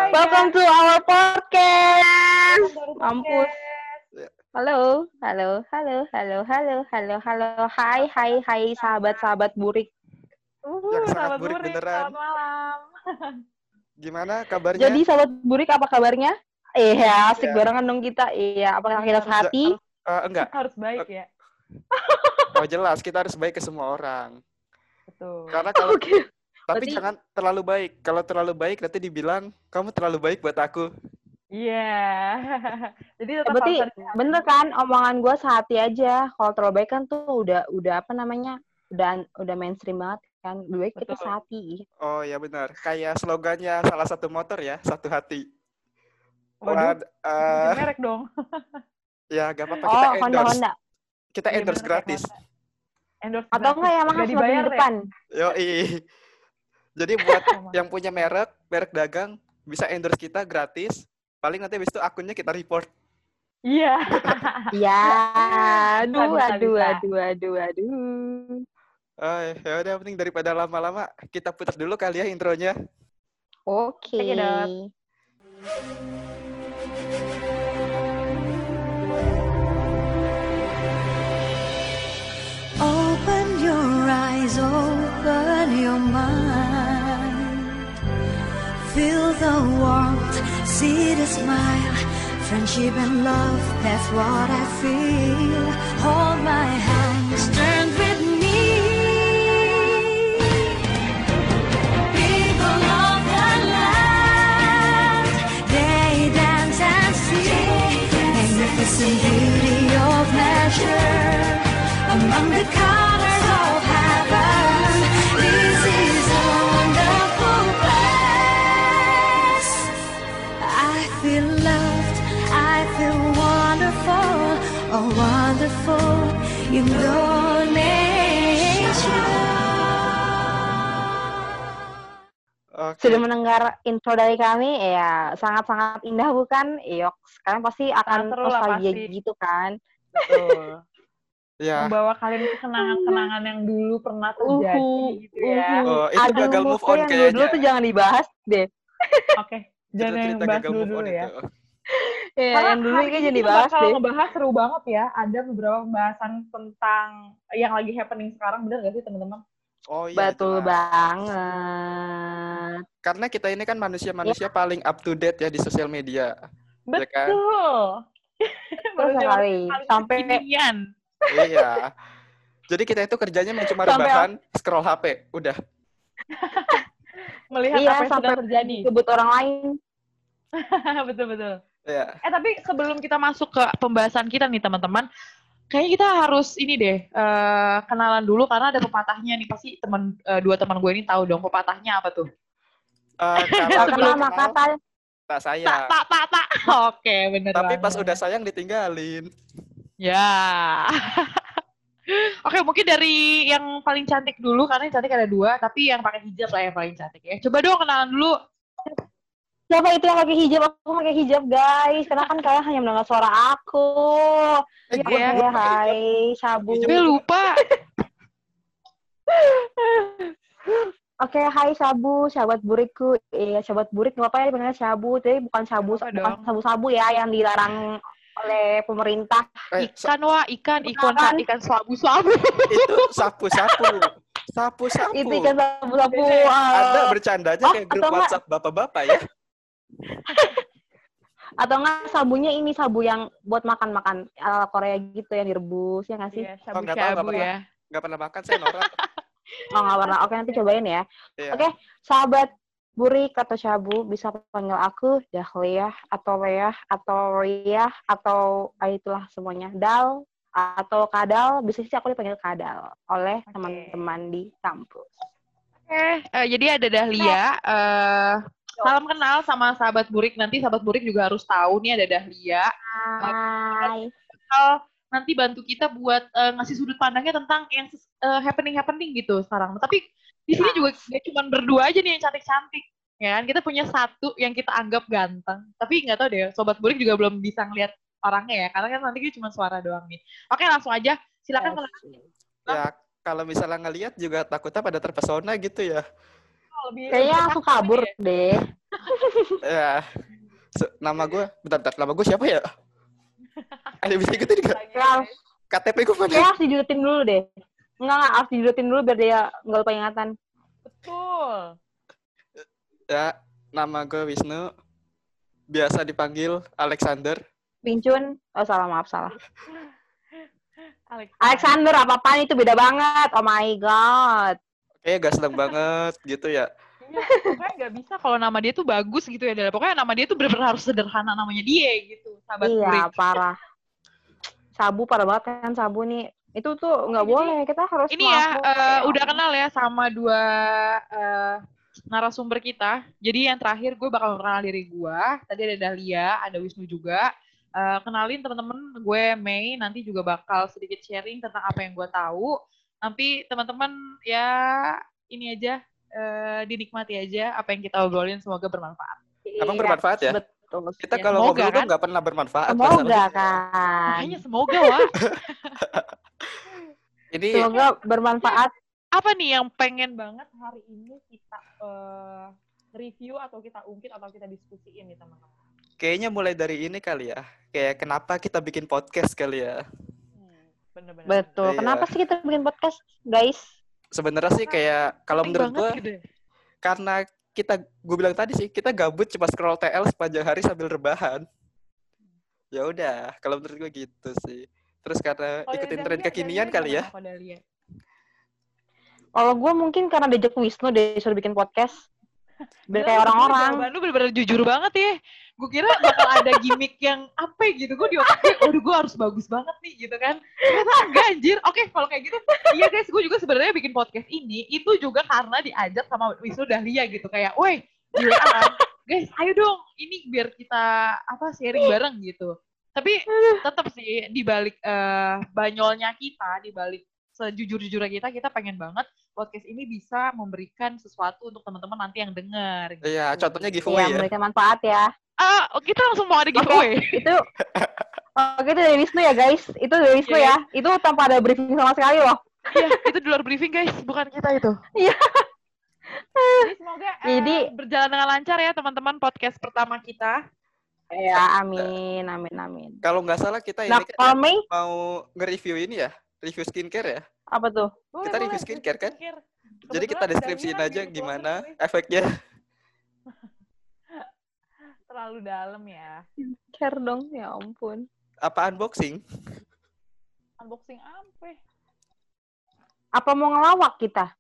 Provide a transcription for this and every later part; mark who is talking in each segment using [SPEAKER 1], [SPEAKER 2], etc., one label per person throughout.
[SPEAKER 1] Welcome to our podcast.
[SPEAKER 2] Baru
[SPEAKER 1] Mampus.
[SPEAKER 2] podcast.
[SPEAKER 1] Halo. Hai, sahabat-sahabat burik.
[SPEAKER 3] Yang sangat
[SPEAKER 2] Sahabat
[SPEAKER 3] burik
[SPEAKER 2] Burik,
[SPEAKER 3] beneran.
[SPEAKER 2] selamat malam.
[SPEAKER 3] Gimana kabarnya?
[SPEAKER 1] Jadi sahabat burik apa kabarnya? Iya, asik
[SPEAKER 3] Iya.
[SPEAKER 1] barengan dong kita. Iya, apakah kita sehati?
[SPEAKER 3] Enggak.
[SPEAKER 2] Harus baik ya.
[SPEAKER 3] Oh jelas, kita harus baik ke semua orang.
[SPEAKER 2] Betul.
[SPEAKER 3] Karena kalau
[SPEAKER 1] Oke.
[SPEAKER 3] tapi
[SPEAKER 1] Berarti-
[SPEAKER 3] jangan terlalu baik. Kalau terlalu baik nanti dibilang kamu terlalu baik buat aku.
[SPEAKER 2] Iya. Jadi tetap
[SPEAKER 1] Berarti
[SPEAKER 2] harus ada-
[SPEAKER 1] bener kan omongan gue sehati aja. Kalau terlalu baik kan tuh udah apa namanya? Udah mainstream banget kan. Lebih baik kita
[SPEAKER 2] Betul.
[SPEAKER 1] sehati.
[SPEAKER 3] Oh ya benar. Kayak slogannya salah satu motor ya, satu hati.
[SPEAKER 2] Waduh,
[SPEAKER 3] Wad-
[SPEAKER 2] bikin merek dong.
[SPEAKER 3] ya gak apa-apa
[SPEAKER 1] Oh,
[SPEAKER 3] kita
[SPEAKER 1] Honda.
[SPEAKER 3] endorse. Kita
[SPEAKER 2] Iya,
[SPEAKER 3] endorse
[SPEAKER 2] bener, kayak
[SPEAKER 3] gratis.
[SPEAKER 2] Honda. Endorse
[SPEAKER 1] Atau enggak yang mahal
[SPEAKER 2] Nggak
[SPEAKER 1] slot di
[SPEAKER 2] dibayar ya?
[SPEAKER 1] depan.
[SPEAKER 3] Yoi. Jadi buat
[SPEAKER 2] Oh,
[SPEAKER 3] yang punya merek dagang bisa endorse kita gratis. Paling nanti habis itu akunnya kita report.
[SPEAKER 2] Iya.
[SPEAKER 1] Ya, aduh.
[SPEAKER 2] Bisa.
[SPEAKER 3] Oh, ya udah penting daripada lama-lama kita putar dulu kali ya intronya.
[SPEAKER 1] Oke.
[SPEAKER 2] Oke, Dot.
[SPEAKER 4] Open your eyes, open your mind. Feel the warmth, see the smile. Friendship and love, that's what I feel. Hold my hands, turn with me. People of the land, they dance and sing. Magnificent beauty of nature. Among the colors of heaven, this is a wonderful place. I feel loved, I feel wonderful, oh wonderful Indonesia.
[SPEAKER 3] Oke.
[SPEAKER 1] Sudah mendengar intro dari kami, ya sangat-sangat indah bukan? Yok, kalian pasti akan
[SPEAKER 2] Sangat seru lah,
[SPEAKER 1] nostalgia
[SPEAKER 2] pasti.
[SPEAKER 1] gitu kan?
[SPEAKER 2] Betul.
[SPEAKER 3] Ya.
[SPEAKER 2] Membawa kalian ke kenangan-kenangan yang dulu pernah terjadi gitu ya.
[SPEAKER 3] Oh, itu gagal move on
[SPEAKER 1] yang
[SPEAKER 3] kayaknya.
[SPEAKER 1] dulu tuh jangan dibahas deh.
[SPEAKER 2] Oke.
[SPEAKER 3] Itu
[SPEAKER 2] Jangan yang
[SPEAKER 3] cerita
[SPEAKER 2] bahas
[SPEAKER 3] gagal move
[SPEAKER 2] dulu
[SPEAKER 3] on
[SPEAKER 2] ya.
[SPEAKER 3] itu.
[SPEAKER 1] Ya,
[SPEAKER 2] Karena
[SPEAKER 1] yang dulu
[SPEAKER 2] hari
[SPEAKER 1] kayaknya
[SPEAKER 2] ini
[SPEAKER 1] jangan
[SPEAKER 2] kita
[SPEAKER 1] dibahas
[SPEAKER 2] bakal
[SPEAKER 1] deh.
[SPEAKER 2] ngebahas seru banget ya. Ada beberapa pembahasan tentang yang lagi happening sekarang. Bener gak sih teman-teman?
[SPEAKER 3] Oh iya.
[SPEAKER 1] Betul
[SPEAKER 3] jelas.
[SPEAKER 1] banget.
[SPEAKER 3] Karena kita ini kan manusia-manusia paling up to date ya di sosial media. Ya kan?
[SPEAKER 2] Betul.
[SPEAKER 1] Betul sekali. Sampai
[SPEAKER 2] kekinian.
[SPEAKER 3] Iya. Jadi kita itu kerjanya cuma
[SPEAKER 1] Sampai-
[SPEAKER 3] rebahan, scroll HP, udah.
[SPEAKER 2] Melihat
[SPEAKER 1] iya,
[SPEAKER 2] apa yang
[SPEAKER 1] sampai
[SPEAKER 2] sedang terjadi.
[SPEAKER 1] sebut orang lain.
[SPEAKER 2] Betul-betul.
[SPEAKER 3] Ya.
[SPEAKER 2] Tapi sebelum kita masuk ke pembahasan kita nih teman-teman, kayaknya kita harus ini deh, kenalan dulu karena ada pepatahnya nih. Pasti dua teman gue ini tahu dong pepatahnya apa tuh.
[SPEAKER 3] Kalau
[SPEAKER 1] Pertama
[SPEAKER 3] belum kenal,
[SPEAKER 1] kata
[SPEAKER 3] tak sayang.
[SPEAKER 2] Tak. Oke, bener
[SPEAKER 3] Tapi
[SPEAKER 2] banget.
[SPEAKER 3] pas udah sayang ditinggalin.
[SPEAKER 2] Ya. Oke, mungkin dari yang paling cantik dulu, karena yang cantik ada dua, tapi yang pakai hijab lah yang paling cantik ya. Coba dong kenalan dulu.
[SPEAKER 1] siapa itu yang pakai hijab? Aku pakai hijab, guys. Karena kan kalian hanya mendengar suara aku.
[SPEAKER 3] Gue
[SPEAKER 2] Iya.
[SPEAKER 1] Ya, hai, Sabu.
[SPEAKER 3] Hijab.
[SPEAKER 2] Gue lupa.
[SPEAKER 1] Oke, hai Sabu, sahabat burikku. Iya, sahabat burik nggak apa ya dipanggilnya Sabu, tapi bukan Sabu,
[SPEAKER 2] Nggak apa
[SPEAKER 1] bukan
[SPEAKER 2] dong.
[SPEAKER 1] sabu-sabu ya yang dilarang oleh pemerintah.
[SPEAKER 2] Ikan wah, ikan
[SPEAKER 1] Bukan.
[SPEAKER 2] ikan sabu-sabu.
[SPEAKER 3] itu sapu-sapu. Sapu-sapu.
[SPEAKER 1] Itu kan sabu-sabu.
[SPEAKER 3] Ada bercandanya
[SPEAKER 1] Oh,
[SPEAKER 3] kayak grup
[SPEAKER 1] atau enggak-
[SPEAKER 3] WhatsApp bapak-bapak ya.
[SPEAKER 1] Atau enggak sabunya ini sabu yang buat makan-makan ala Korea gitu yang direbus, ya nggak sih?
[SPEAKER 2] Iya,
[SPEAKER 3] Oh, nggak tahu,
[SPEAKER 2] sabu-sabu
[SPEAKER 3] nggak
[SPEAKER 2] ya.
[SPEAKER 3] Nggak pernah makan saya norak.
[SPEAKER 1] Oh, nggak pernah. Oke, nanti cobain ya.
[SPEAKER 3] Iya.
[SPEAKER 1] Oke, sahabat burik atau Sabu bisa panggil aku Dahliah atau Leah atau Riah atau itulah semuanya. Dal atau Kadal, bisa sih aku dipanggil Kadal oleh
[SPEAKER 2] Oke.
[SPEAKER 1] teman-teman di kampus.
[SPEAKER 2] Jadi ada Dahlia. Salam kenal sama sahabat burik. Nanti sahabat burik juga harus tahu nih ada Dahlia.
[SPEAKER 1] Hai.
[SPEAKER 2] Nanti bantu kita buat ngasih sudut pandangnya tentang yang happening gitu sekarang. Tapi di sini juga gak cuma berdua aja nih yang cantik-cantik. Ya kan? Kita punya satu yang kita anggap ganteng. Tapi nggak tahu deh, sobat burik juga belum bisa ngeliat orangnya ya. Karena kan nanti kita cuma suara doang nih. Oke, langsung aja. Silakan kenalan.
[SPEAKER 3] Ya kalau misalnya ngelihat juga takutnya pada terpesona gitu ya.
[SPEAKER 2] Lebih
[SPEAKER 1] Kayaknya aku kabur
[SPEAKER 2] ya.
[SPEAKER 1] deh.
[SPEAKER 3] Ya, nama gue, bentar, nama gue siapa ya? Ada bisa ikutin nggak?
[SPEAKER 1] Ya,
[SPEAKER 3] KTP gue mana?
[SPEAKER 1] kayak harus dijurutin dulu deh. Enggak, harus dijurutin dulu biar dia nggak lupa ingatan.
[SPEAKER 2] Betul.
[SPEAKER 3] Ya, nama gue Wisnu. Biasa dipanggil Alexander.
[SPEAKER 1] Pincun, oh salah, maaf, salah. Alexander, apa-apaan itu beda banget. Oh my god.
[SPEAKER 3] Kayaknya gak seneng banget gitu ya.
[SPEAKER 2] Iya, pokoknya nggak bisa kalau nama dia tuh bagus gitu ya. Pokoknya nama dia tuh bener-bener harus sederhana namanya dia gitu. Sahabat
[SPEAKER 1] Iya,
[SPEAKER 2] Burik.
[SPEAKER 1] parah. Sabu parah banget kan, Sabu nih. Itu tuh nggak boleh, kita harus
[SPEAKER 2] Ini ya,
[SPEAKER 1] mampu.
[SPEAKER 2] udah kenal ya sama dua narasumber kita. Jadi yang terakhir gue bakal kenal diri gue. Tadi ada Dahlia, ada Wisnu juga. Kenalin teman-teman, gue Mei nanti juga bakal sedikit sharing tentang apa yang gue tahu. Nanti teman-teman ya ini aja dinikmati aja apa yang kita obrolin, semoga bermanfaat.
[SPEAKER 3] Abang bermanfaat ya?
[SPEAKER 1] Betul.
[SPEAKER 3] Kita
[SPEAKER 2] Ya,
[SPEAKER 3] kalau
[SPEAKER 2] semoga,
[SPEAKER 3] ngobrol tuh
[SPEAKER 2] kan?
[SPEAKER 3] nggak pernah bermanfaat.
[SPEAKER 1] Semoga
[SPEAKER 3] masalahnya.
[SPEAKER 1] kan.
[SPEAKER 2] Makanya semoga Wak.
[SPEAKER 3] Ini
[SPEAKER 1] Semoga bermanfaat.
[SPEAKER 2] Apa nih yang pengen banget hari ini kita review atau kita ungkit atau kita diskusiin nih teman-teman?
[SPEAKER 3] kayaknya mulai dari ini kali ya. Kayak kenapa kita bikin podcast kali ya.
[SPEAKER 2] Bener-bener.
[SPEAKER 1] Betul.
[SPEAKER 3] Iya.
[SPEAKER 1] Kenapa sih kita bikin podcast, guys?
[SPEAKER 3] Sebenarnya sih kayak kalau
[SPEAKER 2] Penting
[SPEAKER 3] menurut
[SPEAKER 2] banget
[SPEAKER 3] gue
[SPEAKER 2] gitu ya.
[SPEAKER 3] karena gue bilang tadi sih kita gabut cuma scroll TL sepanjang hari sambil rebahan. Ya udah, kalau menurut gue gitu sih. Terus karena
[SPEAKER 2] Kalau
[SPEAKER 3] ikutin
[SPEAKER 2] dari
[SPEAKER 3] tren
[SPEAKER 2] Dahlia,
[SPEAKER 3] kekinian
[SPEAKER 2] Dahlia
[SPEAKER 3] kali ya.
[SPEAKER 2] gimana kalau Dahlia?
[SPEAKER 1] Kalau gue mungkin karena diajak Wisnu disuruh bikin podcast. Biar
[SPEAKER 2] Gila,
[SPEAKER 1] kayak
[SPEAKER 2] lu
[SPEAKER 1] orang-orang.
[SPEAKER 2] jawaban lu bener-bener jujur banget ya. Gue kira bakal ada gimmick yang apa gitu. Gue di otak gue, waduh gue harus bagus banget nih gitu kan. Ternyata enggak anjir. Oke, kalau kayak gitu. Iya guys, gue juga sebenarnya bikin podcast ini. Itu juga karena diajak sama Wisnu Dahlia gitu. Kayak, woi, gila guys, ayo dong. Ini biar kita sharing bareng gitu. Tapi tetap sih di balik banyolnya kita, di balik sejujur-jujurnya kita pengen banget podcast ini bisa memberikan sesuatu untuk teman-teman nanti yang dengar. Gitu.
[SPEAKER 3] Iya, contohnya
[SPEAKER 1] Iya,
[SPEAKER 3] giveaway ya.
[SPEAKER 1] memberikan manfaat ya.
[SPEAKER 2] Kita langsung mau ada giveaway.
[SPEAKER 1] Itu Oke, itu dari Wisnu ya, guys. Itu dari Wisnu
[SPEAKER 2] Iya.
[SPEAKER 1] ya. Itu tanpa ada briefing sama sekali loh.
[SPEAKER 2] Iya, itu di luar briefing guys, bukan kita itu.
[SPEAKER 1] Iya.
[SPEAKER 2] Jadi semoga
[SPEAKER 1] Jadi-
[SPEAKER 2] berjalan dengan lancar ya teman-teman podcast pertama kita.
[SPEAKER 1] Ya, amin, amin, amin.
[SPEAKER 3] Kalau nggak salah kita ini
[SPEAKER 1] Nah,
[SPEAKER 3] kan
[SPEAKER 1] kalau Mei,
[SPEAKER 3] mau nge-review ini ya, review skincare ya.
[SPEAKER 1] apa tuh?
[SPEAKER 2] Boleh,
[SPEAKER 3] Kita
[SPEAKER 2] boleh,
[SPEAKER 3] review skincare, kan?
[SPEAKER 2] Kebetulan
[SPEAKER 3] Jadi kita deskripsiin
[SPEAKER 2] Dahlia
[SPEAKER 3] aja
[SPEAKER 2] beauty
[SPEAKER 3] gimana
[SPEAKER 2] blogger, guys.
[SPEAKER 3] efeknya.
[SPEAKER 2] Terlalu dalam ya.
[SPEAKER 1] Care dong, ya ampun.
[SPEAKER 3] Apa unboxing?
[SPEAKER 2] Unboxing apa?
[SPEAKER 1] Apa mau ngelawak kita?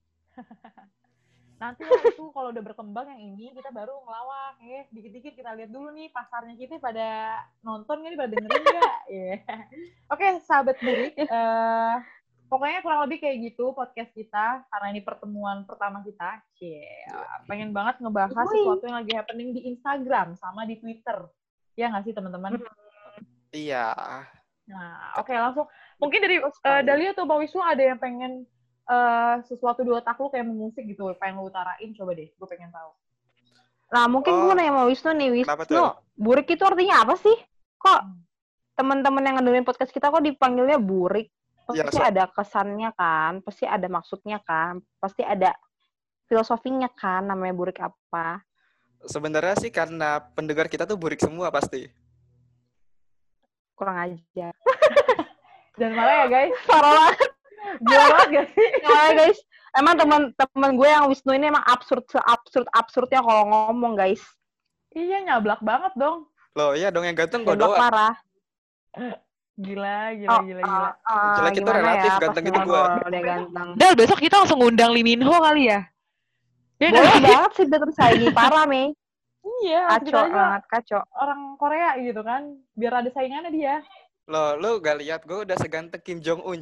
[SPEAKER 2] Nanti lah itu kalau udah berkembang yang ini kita baru ngelawak ya. Dikit-dikit kita lihat dulu nih pasarnya kita pada nonton nggak nih, pada dengerin nggak? Ya. Oke, sahabat Burik. Pokoknya kurang lebih kayak gitu podcast kita karena ini pertemuan pertama kita. Pengen banget ngebahas sesuatu yang lagi happening di Instagram sama di Twitter. Ya nggak sih teman-teman?
[SPEAKER 3] Iya.
[SPEAKER 2] Nah, oke langsung. Mungkin dari Dahlia atau Mbak Wisnu ada yang pengen sesuatu di otak lu kayak mengusik gitu, pengen lu utarain, coba deh, gue pengen tahu.
[SPEAKER 1] Nah, mungkin
[SPEAKER 3] Oh.
[SPEAKER 1] gue nanya sama Wisnu nih,
[SPEAKER 3] Kenapa
[SPEAKER 1] Wisnu,
[SPEAKER 3] tuh?
[SPEAKER 1] burik itu artinya apa sih? Kok teman-teman yang ngedengerin podcast kita kok dipanggilnya burik? Pasti
[SPEAKER 3] Ya,
[SPEAKER 1] ada kesannya kan, pasti ada maksudnya kan, pasti ada filosofinya kan, namanya burik apa?
[SPEAKER 3] Sebenarnya sih karena pendengar kita tuh burik semua pasti.
[SPEAKER 1] Kurang aja.
[SPEAKER 2] Dan malah ya guys,
[SPEAKER 1] Parah banget.
[SPEAKER 2] gila banget gak sih?
[SPEAKER 1] Soalnya guys, emang teman-teman gue yang Wisnu ini emang absurd-absurdnya kalau ngomong guys.
[SPEAKER 2] Iya, nyablak banget dong.
[SPEAKER 3] Loh, iya dong yang ganteng gue
[SPEAKER 1] Goblok
[SPEAKER 3] doang.
[SPEAKER 1] parah.
[SPEAKER 2] Gila.
[SPEAKER 3] Jelek itu
[SPEAKER 1] Gimana
[SPEAKER 3] relatif,
[SPEAKER 1] ya,
[SPEAKER 3] ganteng
[SPEAKER 1] pas
[SPEAKER 3] itu gua.
[SPEAKER 1] ngobrol dia ganteng.
[SPEAKER 2] Dal, besok kita langsung ngundang Lee Min Ho kali ya? Ya nggak
[SPEAKER 1] Boleh
[SPEAKER 2] sih?
[SPEAKER 1] banget sih, dia tersaingi parah, Mei.
[SPEAKER 2] Iya, langsung
[SPEAKER 1] Kacau
[SPEAKER 2] kita aja
[SPEAKER 1] banget, kacau.
[SPEAKER 2] orang Korea gitu kan, biar ada saingannya dia.
[SPEAKER 3] Loh, lu gak lihat gue udah seganteng Kim Jong Un.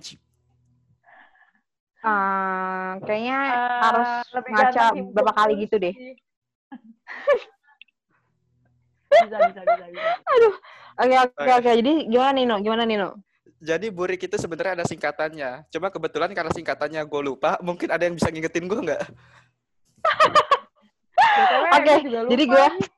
[SPEAKER 1] Kayaknya
[SPEAKER 2] Eh,
[SPEAKER 1] harus
[SPEAKER 2] lebih
[SPEAKER 1] ngaca
[SPEAKER 2] ganteng Kim
[SPEAKER 1] berapa
[SPEAKER 2] Jong
[SPEAKER 1] kali
[SPEAKER 2] Un
[SPEAKER 1] gitu deh.
[SPEAKER 2] sih. Bisa.
[SPEAKER 1] Oke. Jadi gimana Nino?
[SPEAKER 3] Jadi burik itu sebenarnya ada singkatannya. Cuma kebetulan karena singkatannya gue lupa, mungkin ada yang bisa ngingetin gue nggak?
[SPEAKER 2] BTW,
[SPEAKER 1] Oke,
[SPEAKER 2] juga lupa
[SPEAKER 1] jadi gue-
[SPEAKER 2] nih.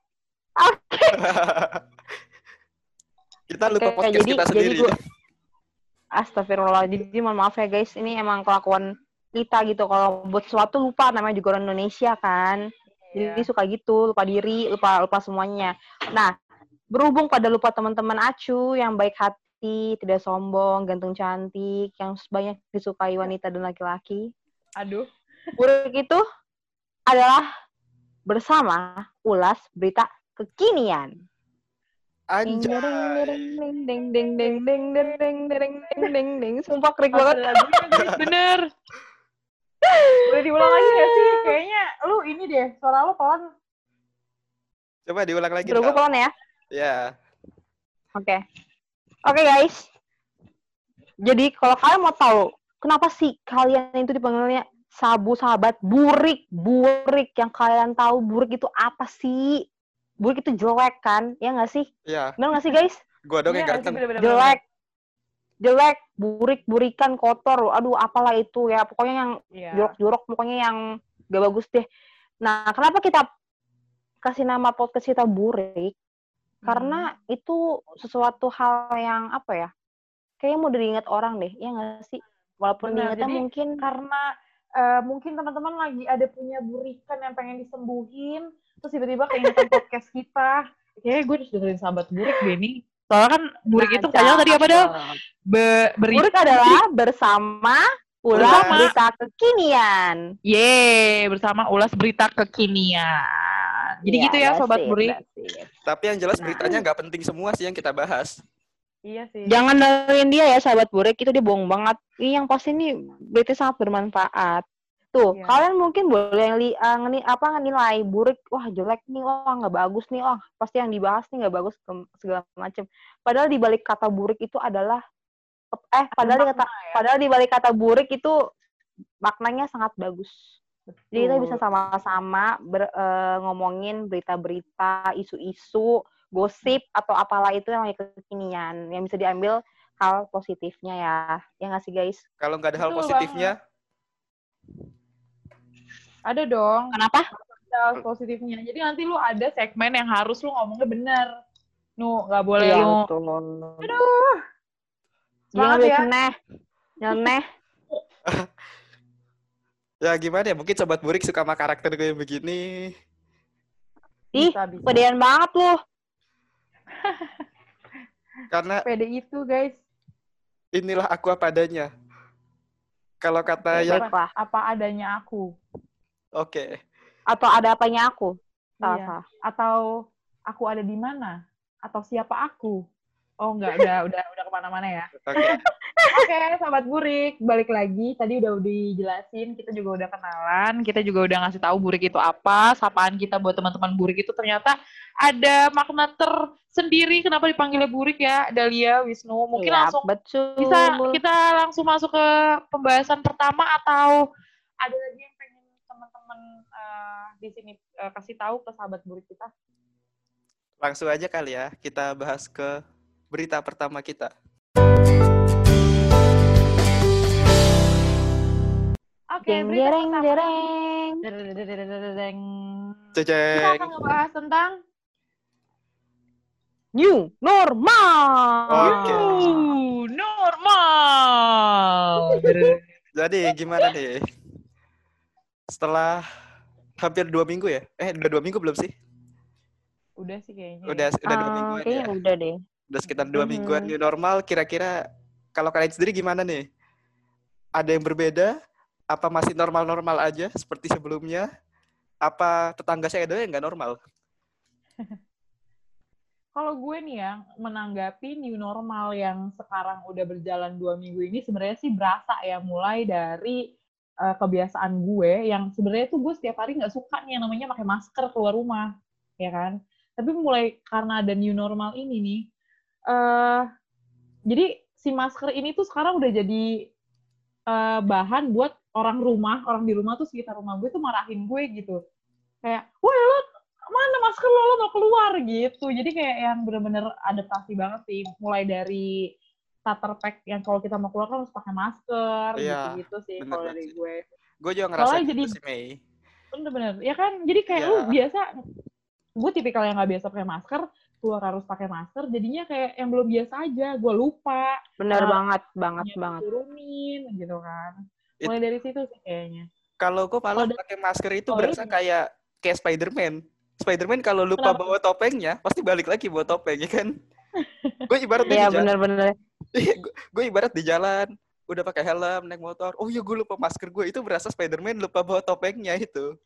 [SPEAKER 3] Kita lupa
[SPEAKER 1] Oke,
[SPEAKER 3] podcast kita sendiri.
[SPEAKER 1] Astagfirullah. Jadi mohon maaf ya guys, ini emang kelakuan kita gitu. Kalau buat sesuatu lupa, namanya juga orang Indonesia kan. Jadi suka gitu, lupa diri, lupa semuanya. Nah, berhubung pada lupa teman-teman Acu yang baik hati, tidak sombong, ganteng cantik, yang banyak disukai wanita dan laki-laki.
[SPEAKER 2] Aduh.
[SPEAKER 1] Burik itu adalah bersama ulas berita kekinian.
[SPEAKER 3] Anjay.
[SPEAKER 1] Ding ding ding ding ding ding ding ding ding ding ding. Sumpah krik banget.
[SPEAKER 2] Lagunya guys, bener. Boleh diulang lagi gak sih? Kayaknya lu ini deh, suara lu pelan.
[SPEAKER 3] Coba diulang lagi.
[SPEAKER 1] Gue pelan ya.
[SPEAKER 3] Ya.
[SPEAKER 1] Oke, guys. Jadi kalau kalian mau tahu kenapa sih kalian itu dipanggilnya sabu sahabat burik yang kalian tahu burik itu apa sih? Burik itu jelek kan? Ya nggak sih?
[SPEAKER 3] Iya.
[SPEAKER 1] Benar nggak sih guys?
[SPEAKER 3] Gua dong yang ganteng.
[SPEAKER 1] Jelek, burikan, kotor, aduh apalah itu ya, pokoknya yang jorok-jorok, pokoknya yang gak bagus deh. Nah, kenapa kita kasih nama podcast kita burik? Karena itu sesuatu hal yang apa ya, kayaknya mau diingat orang deh, ya nggak sih? Walaupun diingatnya mungkin
[SPEAKER 2] karena mungkin teman-teman lagi ada punya burikan yang pengen disembuhin, terus tiba-tiba keingetan podcast kita, kayaknya gue harus dengerin sahabat burik deh nih. Soalnya kan burik itu panjang tadi apa dah?
[SPEAKER 1] Burik adalah bersama ulas berita kekinian.
[SPEAKER 2] Bersama ulas berita kekinian. Jadi gitu ya sobat burik.
[SPEAKER 3] Tapi yang jelas beritanya nggak penting semua sih yang kita bahas.
[SPEAKER 2] Iya sih.
[SPEAKER 1] Jangan dengerin dia ya sahabat burik, itu dia bohong banget. Ini yang pasti ini berita sangat bermanfaat. Tuh, kalian mungkin boleh nilai burik, wah jelek nih, wah nggak bagus nih, wah pasti yang dibahas nih nggak bagus segala macam. Padahal di balik kata burik itu adalah padahal di balik kata burik itu maknanya sangat bagus. Jadi kita bisa sama-sama ngomongin berita-berita, isu-isu, gosip atau apalah itu yang kekinian yang bisa diambil hal positifnya ya. Ya nggak sih guys?
[SPEAKER 3] Kalau nggak ada hal positifnya?
[SPEAKER 2] Ada dong.
[SPEAKER 1] Kenapa?
[SPEAKER 2] Ada positifnya. Jadi nanti lu ada segmen yang harus lu ngomongnya benar. Nggak boleh lu. Aduh.
[SPEAKER 1] Semangat ya. Nyeleneh.
[SPEAKER 3] Ya gimana ya? Mungkin sobat burik suka sama karakter gue yang begini.
[SPEAKER 1] Ih, pedean banget lu.
[SPEAKER 2] Karena pede itu guys.
[SPEAKER 3] Inilah aku apa adanya. Kalau kata yang
[SPEAKER 2] apa adanya aku.
[SPEAKER 3] Oke.
[SPEAKER 1] Atau ada apanya aku?
[SPEAKER 2] Iya. Atau aku ada di mana? Atau siapa aku? Oh enggak, udah kemana-mana ya. Oke, sahabat burik, balik lagi. Tadi udah dijelasin, kita juga udah kenalan, kita juga udah ngasih tahu burik itu apa, sapaan kita buat teman-teman burik itu ternyata ada makna tersendiri kenapa dipanggilnya burik ya, Dahlia, Wisnu. Mungkin langsung bisa kita langsung masuk ke pembahasan pertama atau ada lagi yang pengen teman-teman di sini kasih tahu ke sahabat burik kita?
[SPEAKER 3] Langsung aja kali ya, kita bahas ke berita pertama kita.
[SPEAKER 2] Oke, berita pertama. Kita akan ngebahas tentang
[SPEAKER 1] new normal.
[SPEAKER 2] New normal.
[SPEAKER 3] Jadi gimana nih? Setelah hampir 2 minggu ya? Udah 2 minggu belum sih?
[SPEAKER 2] Udah sih kayaknya.
[SPEAKER 3] Udah 2 mingguan ya?
[SPEAKER 1] Udah deh.
[SPEAKER 3] Udah sekitar 2 mingguan new normal, kira-kira kalau kalian sendiri gimana nih? Ada yang berbeda? Apa masih normal-normal aja seperti sebelumnya? Apa tetangga saya ada yang nggak normal?
[SPEAKER 2] Kalau gue nih ya, menanggapi new normal yang sekarang udah berjalan 2 minggu ini sebenarnya sih berasa ya, mulai dari kebiasaan gue yang sebenarnya tuh gue setiap hari nggak suka nih yang namanya pakai masker keluar rumah, ya kan? Tapi mulai karena ada new normal ini nih, jadi si masker ini tuh sekarang udah jadi bahan buat orang di rumah tuh sekitar rumah gue tuh marahin gue gitu. Kayak, wah lo mana masker lo mau keluar gitu. Jadi kayak yang bener-bener adaptasi banget sih. Mulai dari starter pack yang kalau kita mau keluar kan harus pakai masker, gitu-gitu sih kalau dari gue.
[SPEAKER 3] Gue juga ngerasa gitu sih, Mei.
[SPEAKER 2] Bener-bener, ya kan? Jadi kayak lu biasa, gue tipikal yang gak biasa pakai masker, keluar harus pakai masker, jadinya kayak yang belum biasa aja, gue lupa.
[SPEAKER 1] Bener banget.
[SPEAKER 2] Turunin gitu kan. Mulai dari situ sih kayaknya.
[SPEAKER 3] Kalau gue malah pakai masker itu berasa kayak kayak Spider-Man. Spider-Man kalau lupa
[SPEAKER 2] Kenapa?
[SPEAKER 3] bawa topengnya, pasti balik lagi bawa topeng, ya kan? Gue ibarat
[SPEAKER 1] Iya,
[SPEAKER 3] di jalan,
[SPEAKER 1] bener-bener.
[SPEAKER 3] gue ibarat di jalan, udah pakai helm, naik motor. Oh iya, gue lupa masker gue. Itu berasa Spider-Man lupa bawa topengnya itu.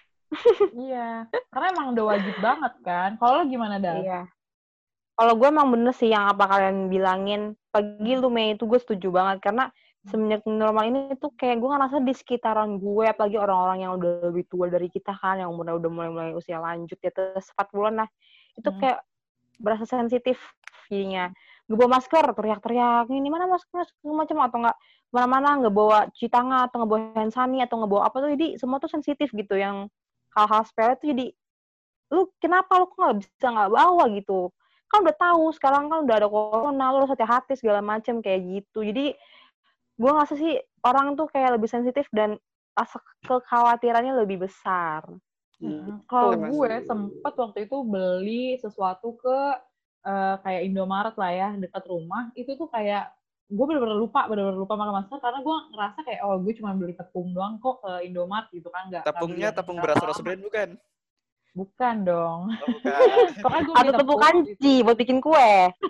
[SPEAKER 2] Iya, karena emang udah wajib banget kan. Kalau lo gimana, Dal?
[SPEAKER 1] Iya. Kalau gue emang bener sih yang apa kalian bilangin. Pagi lu, Mei, itu gue setuju banget. Karena semenjak normal ini tuh kayak gue ngerasa di sekitaran gue, apalagi orang-orang yang udah lebih tua dari kita kan, yang udah mulai usia lanjut, ya atas 4 bulan lah. Itu kayak berasa sensitif jadinya. Nggak bawa masker, teriak-teriak, ini mana masker, segala macam, atau nggak mana-mana, nggak bawa cuci tangan, atau nggak bawa hand sanitizer, atau nggak bawa apa tuh, jadi semua tuh sensitif gitu, yang hal-hal sepele tuh jadi, lu kenapa lu kok nggak bisa nggak bawa gitu? Kan udah tahu, sekarang kan udah ada corona, lu harus hati-hati segala macam kayak gitu. Jadi, gue ngerasa sih orang tuh kayak lebih sensitif dan rasa kekhawatirannya lebih besar.
[SPEAKER 2] Kalau
[SPEAKER 3] Sama
[SPEAKER 2] gue
[SPEAKER 3] sih.
[SPEAKER 2] sempet waktu itu beli sesuatu ke kayak Indomaret lah ya, dekat rumah. Itu tuh kayak gue bener-bener lupa pakai masker karena gue ngerasa kayak oh gue cuma beli tepung doang kok ke Indomaret gitu kan, nggak beli
[SPEAKER 3] Tepungnya
[SPEAKER 2] yang
[SPEAKER 3] tepung beras
[SPEAKER 2] berapa
[SPEAKER 3] Rose
[SPEAKER 2] lama.
[SPEAKER 3] Brand bukan?
[SPEAKER 2] Bukan dong.
[SPEAKER 3] Oh, bukan.
[SPEAKER 2] Pokoknya gue beli
[SPEAKER 1] Atau tepung
[SPEAKER 2] tepung.
[SPEAKER 1] kanji buat bikin kue.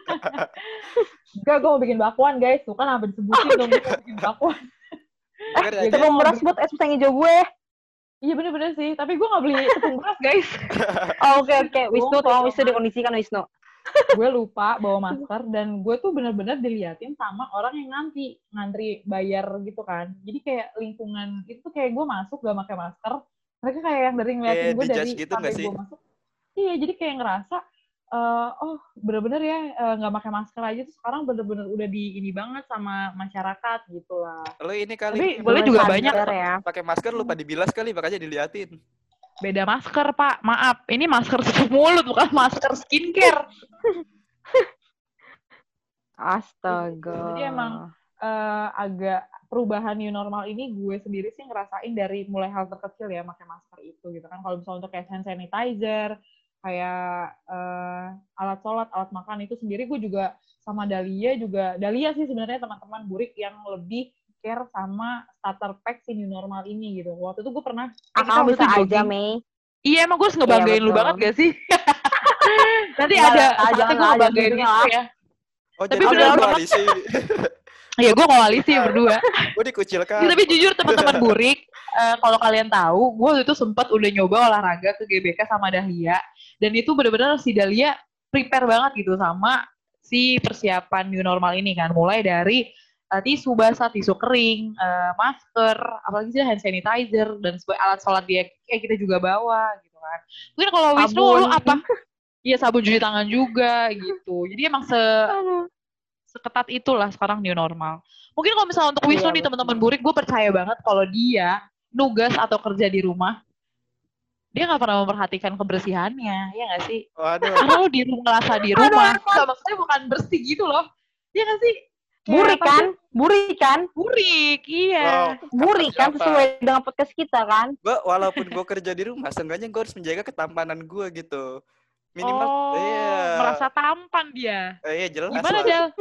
[SPEAKER 2] Enggak, gue mau bikin bakwan guys. Tuh kan sampai disebutin dong gue mau bikin bakwan.
[SPEAKER 3] Bukan
[SPEAKER 2] Ya,
[SPEAKER 3] aja.
[SPEAKER 2] gue
[SPEAKER 1] Tepung
[SPEAKER 2] mau
[SPEAKER 1] beras
[SPEAKER 2] beli.
[SPEAKER 1] buat es pisang hijau gue.
[SPEAKER 2] Iya bener-bener sih. Tapi gue gak beli tepung beras guys.
[SPEAKER 1] Oh, oke. Wisnu, tolong Wisnu dikondisikan, Wisnu.
[SPEAKER 2] Gue lupa bawa masker dan gue tuh bener-bener diliatin sama orang yang ngantri bayar gitu kan. Jadi kayak lingkungan itu tuh kayak gue masuk gak pakai masker, mereka kayak yang dari ngeliatin
[SPEAKER 3] Kayak
[SPEAKER 2] gue dari
[SPEAKER 3] dijudge gitu
[SPEAKER 2] sampai
[SPEAKER 3] nggak sih?
[SPEAKER 2] gue masuk. Iya, jadi kayak ngerasa oh bener-bener ya nggak pakai masker aja tuh sekarang bener-bener udah di ini banget sama masyarakat gitu lah.
[SPEAKER 3] Lo ini kali
[SPEAKER 2] Tapi
[SPEAKER 3] nih,
[SPEAKER 2] boleh
[SPEAKER 1] Mulai
[SPEAKER 2] juga
[SPEAKER 1] sadar
[SPEAKER 2] banyak
[SPEAKER 1] ya.
[SPEAKER 3] pakai masker lupa dibilas kali, makanya diliatin.
[SPEAKER 2] beda masker pak, maaf ini masker tutup mulut bukan masker skincare.
[SPEAKER 1] Astaga.
[SPEAKER 2] Jadi emang agak perubahan new normal ini gue sendiri sih ngerasain dari mulai hal terkecil ya pakai masker itu gitu kan. Kalau misalnya untuk kayak hand sanitizer, kayak alat sholat, alat makan itu sendiri gue juga sama Dahlia sih sebenarnya teman-teman burik yang lebih care sama starter pack si new normal ini gitu. Waktu itu gue pernah kita
[SPEAKER 1] Kamu
[SPEAKER 2] waktu
[SPEAKER 1] bisa
[SPEAKER 2] itu
[SPEAKER 1] aja,
[SPEAKER 2] jogging.
[SPEAKER 1] Mei.
[SPEAKER 2] Iya emang gue harus ngebanggain lu
[SPEAKER 1] betul.
[SPEAKER 2] banget gak sih? Nanti
[SPEAKER 1] Enggak
[SPEAKER 2] ada
[SPEAKER 1] lah,
[SPEAKER 2] saatnya
[SPEAKER 1] jangan
[SPEAKER 2] gue
[SPEAKER 1] lah,
[SPEAKER 2] ngebanggain
[SPEAKER 1] jangan
[SPEAKER 2] gitu
[SPEAKER 1] lah.
[SPEAKER 2] ya.
[SPEAKER 3] Oh,
[SPEAKER 2] Tapi
[SPEAKER 3] jadi
[SPEAKER 2] bener
[SPEAKER 3] lo
[SPEAKER 2] banget.
[SPEAKER 3] koalisi.
[SPEAKER 2] Iya, gue koalisi berdua.
[SPEAKER 3] Gue dikucilkan.
[SPEAKER 2] Ya, tapi jujur teman-teman burik, kalau kalian tahu, gue waktu itu sempat udah nyoba olahraga ke GBK sama Dahlia, dan itu benar-benar si Dahlia prepare banget gitu sama si persiapan new normal ini kan, mulai dari tisu basah, tisu kering, masker, apalagi sih hand sanitizer dan sebuah alat sholat dia kita juga bawa gitu kan. Mungkin kalau Wisnu
[SPEAKER 1] Sabun.
[SPEAKER 2] lu apa? Iya sabun cuci tangan juga gitu. Jadi emang seketat itulah sekarang new normal. Mungkin kalau misalnya untuk Wisnu nih teman-teman burik, gue percaya banget kalau dia nugas atau kerja di rumah, dia nggak pernah memperhatikan kebersihannya, ya nggak sih?
[SPEAKER 3] Waduh.
[SPEAKER 2] Karena lu di rumah ngerasa di rumah, nggak maksudnya bukan bersih gitu loh, ya nggak sih?
[SPEAKER 1] Burik kan? Burik kan?
[SPEAKER 2] Burik, iya.
[SPEAKER 1] Burik kan sesuai dengan podcast kita kan?
[SPEAKER 3] Gue walaupun gue kerja di rumah, seenggaknya gue harus menjaga ketampanan gue gitu. Minimal, iya.
[SPEAKER 2] Merasa tampan dia.
[SPEAKER 3] Iya jelas
[SPEAKER 2] Gimana
[SPEAKER 3] lah.
[SPEAKER 2] Del?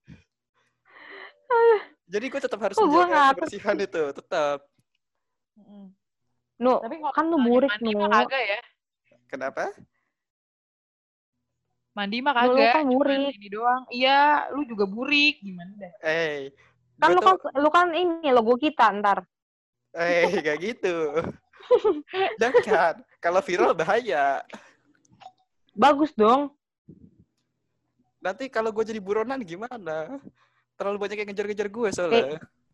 [SPEAKER 3] Jadi gue tetap harus menjaga kebersihan itu, tetap.
[SPEAKER 1] Nu,
[SPEAKER 2] tapi kalau
[SPEAKER 1] kan lu burik,
[SPEAKER 2] mandi
[SPEAKER 1] Nu.
[SPEAKER 2] mah kagak ya.
[SPEAKER 3] Kenapa?
[SPEAKER 2] Mandi mah
[SPEAKER 1] Lu
[SPEAKER 2] kagak,
[SPEAKER 1] kan burik.
[SPEAKER 2] ini doang. Iya, lu juga burik, gimana dah?
[SPEAKER 1] Kan lu kan ini logo kita ntar.
[SPEAKER 3] Gak gitu. Jangan, kalau viral bahaya.
[SPEAKER 1] Bagus dong.
[SPEAKER 3] Nanti kalau gue jadi buronan gimana? Terlalu banyak yang ngejar-ngejar gue soalnya.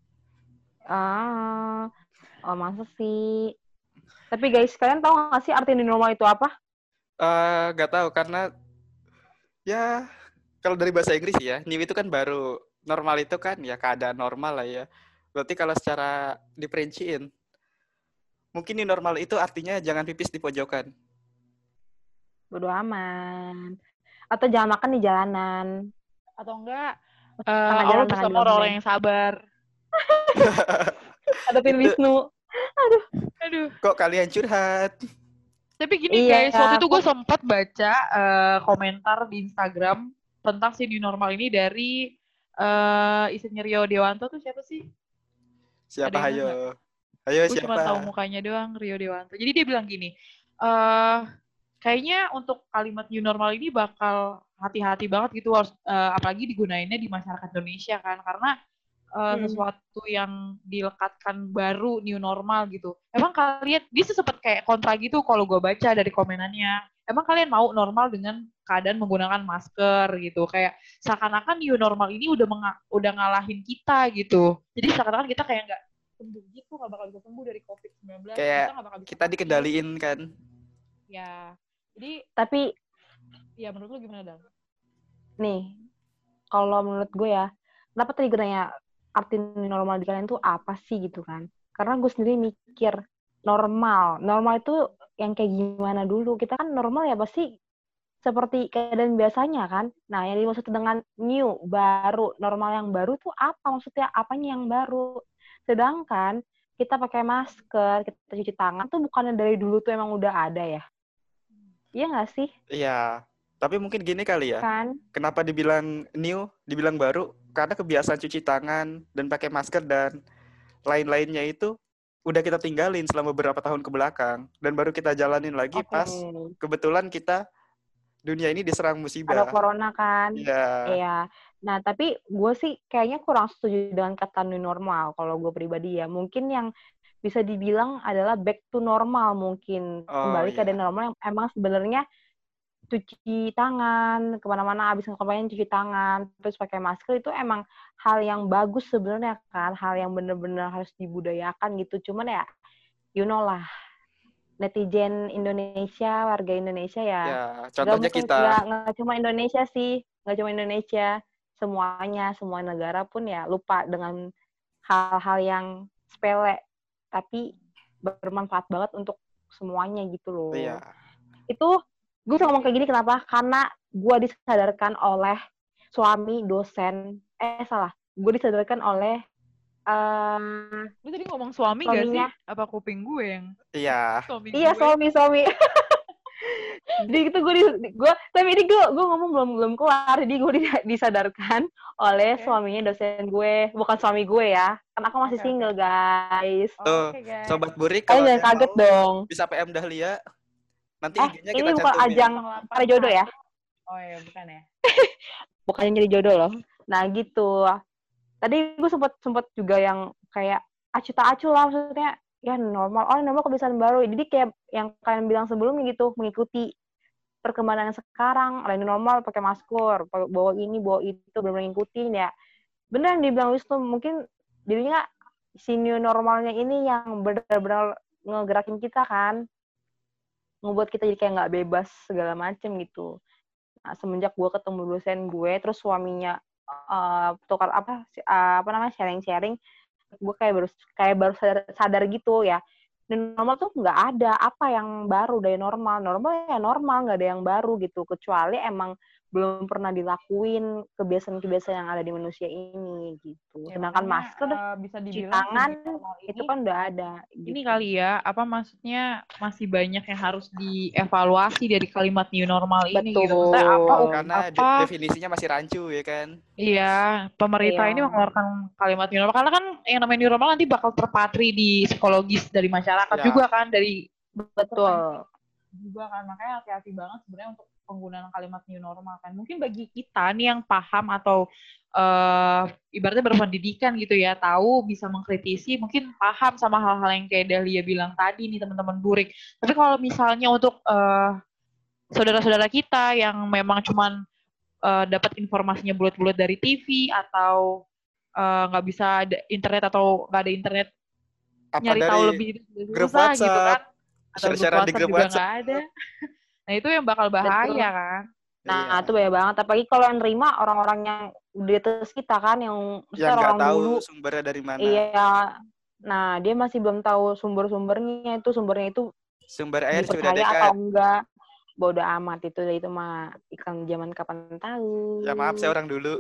[SPEAKER 1] Masa sih? Tapi guys, kalian tahu nggak sih arti new normal itu apa?
[SPEAKER 3] Gak tahu karena ya kalau dari bahasa Inggris ya, new itu kan baru, normal itu kan ya keadaan normal lah ya. Berarti kalau secara diperinciin, mungkin new normal itu artinya jangan pipis di pojokan.
[SPEAKER 1] Bodo amat. Atau jangan makan di jalanan.
[SPEAKER 2] Atau enggak
[SPEAKER 1] jalan,
[SPEAKER 2] Allah bersama orang-orang yang sabar.
[SPEAKER 1] Hadapin Wisnu.
[SPEAKER 2] Aduh.
[SPEAKER 3] Kok kalian curhat?
[SPEAKER 2] Tapi gini guys, waktu itu gue sempat baca komentar di Instagram tentang si new normal ini dari istrinya Rio Dewanto tuh siapa sih?
[SPEAKER 3] Siapa? Ayo
[SPEAKER 2] gue
[SPEAKER 3] siapa?
[SPEAKER 2] cuma tahu mukanya doang, Rio Dewanto. Jadi dia bilang gini, eh kayaknya untuk kalimat new normal ini bakal hati-hati banget gitu, harus apalagi digunainnya di masyarakat Indonesia kan, karena sesuatu yang dilekatkan baru new normal gitu. Emang kalian, dia sempat kayak kontra gitu kalau gue baca dari komenannya. Emang kalian mau normal dengan keadaan menggunakan masker gitu? Kayak seakan-akan new normal ini udah ngalahin kita gitu. Jadi seakan-akan kita kayak nggak sembuh gitu, nggak bakal bisa sembuh dari COVID-19.
[SPEAKER 3] Kayak
[SPEAKER 2] Kita nggak bakal bisa
[SPEAKER 3] kita
[SPEAKER 2] vaksin.
[SPEAKER 3] dikendaliin kan.
[SPEAKER 2] Ya, jadi
[SPEAKER 1] Tapi
[SPEAKER 2] ya menurut lu gimana, Dal?
[SPEAKER 1] nih, kalau menurut gue ya, kenapa tadi gue nanya arti normal di kalian tuh apa sih gitu kan? Karena gue sendiri mikir normal itu yang kayak gimana dulu? Kita kan normal ya pasti seperti keadaan biasanya kan. Nah, yang dimaksud dengan new, baru, normal yang baru tuh apa? Maksudnya apanya yang baru? Sedangkan kita pakai masker, kita cuci tangan tuh bukannya dari dulu tuh emang udah ada ya? Iya nggak sih?
[SPEAKER 3] Iya. Tapi mungkin gini kali ya.
[SPEAKER 1] Kan?
[SPEAKER 3] Kenapa dibilang new, dibilang baru? Karena kebiasaan cuci tangan dan pakai masker dan lain-lainnya itu udah kita tinggalin selama beberapa tahun ke belakang dan baru kita jalanin lagi pas kebetulan kita dunia ini diserang musibah.
[SPEAKER 1] Ada corona kan?
[SPEAKER 3] Iya.
[SPEAKER 1] Iya. Nah, tapi gue sih kayaknya kurang setuju dengan kata new normal kalau gue pribadi ya. Mungkin yang bisa dibilang adalah back to normal mungkin. Kembali ke keadaan normal yang emang sebenarnya cuci tangan, kemana-mana abis ngapain cuci tangan, terus pakai masker itu emang hal yang bagus sebenarnya kan, hal yang bener-bener harus dibudayakan gitu. Cuman ya, you know lah, netizen Indonesia, warga Indonesia ya.
[SPEAKER 3] Ya, contohnya kita.
[SPEAKER 1] Nggak cuma Indonesia sih, nggak cuma Indonesia, semuanya, semua negara pun ya lupa dengan hal-hal yang sepele, tapi bermanfaat banget untuk semuanya gitu loh.
[SPEAKER 3] Iya.
[SPEAKER 1] Itu gue ngomong kayak gini kenapa? Karena gue disadarkan oleh suami dosen. Gue disadarkan oleh
[SPEAKER 2] lu tadi ngomong suami
[SPEAKER 1] suaminya.
[SPEAKER 2] gak sih? Apa kuping gue yang?
[SPEAKER 3] Iya.
[SPEAKER 1] Suami. Jadi itu gue tapi ini gue ngomong belum keluar. Jadi gue disadarkan oleh suaminya dosen gue, bukan suami gue ya. Karena aku masih single guys.
[SPEAKER 3] Tuh,
[SPEAKER 2] guys.
[SPEAKER 3] Sobat Burik kalau
[SPEAKER 1] jangan kaget dong.
[SPEAKER 3] Bisa PM Dahlia. Nanti IG-nya kita
[SPEAKER 1] ini bukan
[SPEAKER 3] cantumin.
[SPEAKER 1] ajang cari jodoh ya?
[SPEAKER 2] Oh iya, bukan ya?
[SPEAKER 1] Bukannya nyari jodoh loh. Nah gitu. Tadi gue sempet juga yang kayak acuh tak acuh lah, maksudnya ya normal kebiasaan baru. Jadi kayak yang kalian bilang sebelumnya gitu, mengikuti perkembangan sekarang, ada yang normal pakai masker, bawa ini bawa itu, benar-benar ngikutin ya. Benar yang dibilang Wisnu, mungkin jadinya si new normalnya ini yang benar-benar ngegerakin kita kan, ngebuat kita jadi kayak nggak bebas segala macem gitu. Nah, semenjak gue ketemu dosen gue, terus suaminya tukar sharing-sharing, gue kayak baru sadar gitu ya. Dan normal tuh nggak ada apa yang baru dari normal ya normal, nggak ada yang baru gitu, kecuali emang belum pernah dilakuin kebiasaan-kebiasaan yang ada di manusia ini gitu.
[SPEAKER 2] Ya,
[SPEAKER 1] sedangkan masker
[SPEAKER 2] bisa
[SPEAKER 1] cuci tangan itu kan udah ada gitu.
[SPEAKER 2] Ini kali ya, apa maksudnya masih banyak yang harus dievaluasi dari kalimat new normal ini.
[SPEAKER 1] Betul.
[SPEAKER 2] Gitu. Maksudnya
[SPEAKER 3] Karena definisinya masih rancu ya kan.
[SPEAKER 2] Iya, pemerintah ini mengeluarkan kalimat new normal karena kan yang namanya new normal nanti bakal terpatri di psikologis dari masyarakat juga kan, dari
[SPEAKER 1] betul
[SPEAKER 2] juga kan, makanya hati-hati banget sebenarnya untuk penggunaan kalimat new normal kan. Mungkin bagi kita nih yang paham atau ibaratnya berpendidikan gitu ya, tahu bisa mengkritisi, mungkin paham sama hal-hal yang kayak Dahlia bilang tadi nih teman-teman Burik. Tapi kalau misalnya untuk saudara-saudara kita yang memang cuman dapat informasinya bulat-bulat dari TV atau nggak bisa ada internet atau nggak ada internet, nyari tahu lebih susah gitu kan, atau grup WhatsApp juga nggak ada. Nah itu yang bakal bahaya kan.
[SPEAKER 1] Nah itu bahaya banget, apalagi kalau yang nerima orang-orang yang di atas kita kan, yang
[SPEAKER 3] nggak tahu dulu sumbernya dari mana.
[SPEAKER 1] Iya, nah dia masih belum tahu sumbernya itu
[SPEAKER 3] sumber air sudah
[SPEAKER 1] dipercaya
[SPEAKER 3] dekat
[SPEAKER 1] atau enggak. Bodo amat itu mah ikan zaman kapan tahu.
[SPEAKER 3] Ya maaf, saya orang dulu.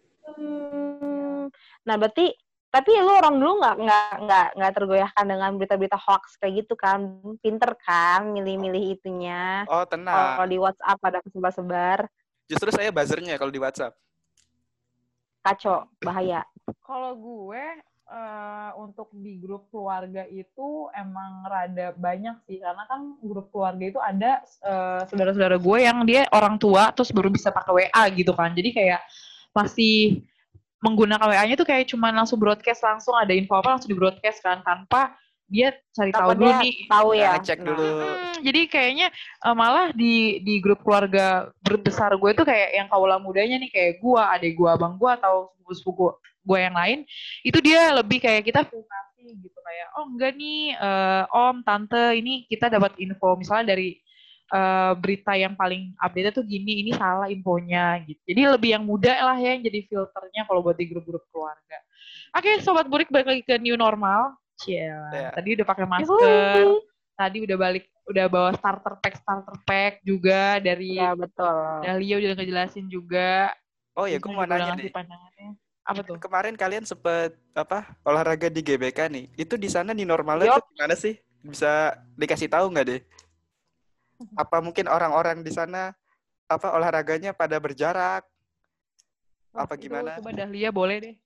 [SPEAKER 1] Nah berarti tapi lu orang dulu nggak tergoyahkan dengan berita-berita hoax kayak gitu kan? Pinter kan milih-milih itunya.
[SPEAKER 3] Oh tenang.
[SPEAKER 1] Kalau di WhatsApp ada kesebar-sebar.
[SPEAKER 3] Justru saya buzzernya kalau di WhatsApp.
[SPEAKER 1] Kacau, bahaya.
[SPEAKER 2] Kalau gue untuk di grup keluarga itu emang rada banyak sih, karena kan grup keluarga itu ada saudara-saudara gue yang dia orang tua terus baru bisa pakai WA gitu kan, jadi kayak masih menggunakan WA-nya tuh kayak cuman langsung broadcast, langsung ada info apa langsung di broadcast kan, tanpa dia cari tahu
[SPEAKER 1] Takut
[SPEAKER 2] dulu
[SPEAKER 1] dia
[SPEAKER 2] nih.
[SPEAKER 1] tahu ya.
[SPEAKER 3] Ngecek dulu.
[SPEAKER 2] Jadi kayaknya malah di grup keluarga besar gue tuh kayak yang kaula mudanya nih, kayak gue, adik gue, abang gue, atau sepupu gue yang lain, itu dia lebih kayak kita filtrasi gitu, kayak oh enggak nih om, tante, ini kita dapat info misalnya dari berita yang paling update tuh gini, ini salah infonya gitu. Jadi lebih yang muda lah ya yang jadi filternya kalau buat di grup-grup keluarga. Oke, Sobat Burik, balik lagi ke new normal.
[SPEAKER 3] Ya.
[SPEAKER 2] Tadi udah pakai masker, tadi udah bawa starter pack juga dari
[SPEAKER 1] Ya betul.
[SPEAKER 2] Dahlia udah ngejelasin juga.
[SPEAKER 3] Oh ya, gue mau nanya
[SPEAKER 2] ngasih
[SPEAKER 3] nih.
[SPEAKER 2] pandangannya. Apa tuh?
[SPEAKER 3] Kemarin kalian sempet olahraga di GBK nih. Itu di sana di normalnya tuh gimana sih? Bisa dikasih tahu nggak deh? Apa mungkin orang-orang di sana olahraganya pada berjarak? Apa gimana?
[SPEAKER 2] Coba Dahlia boleh deh.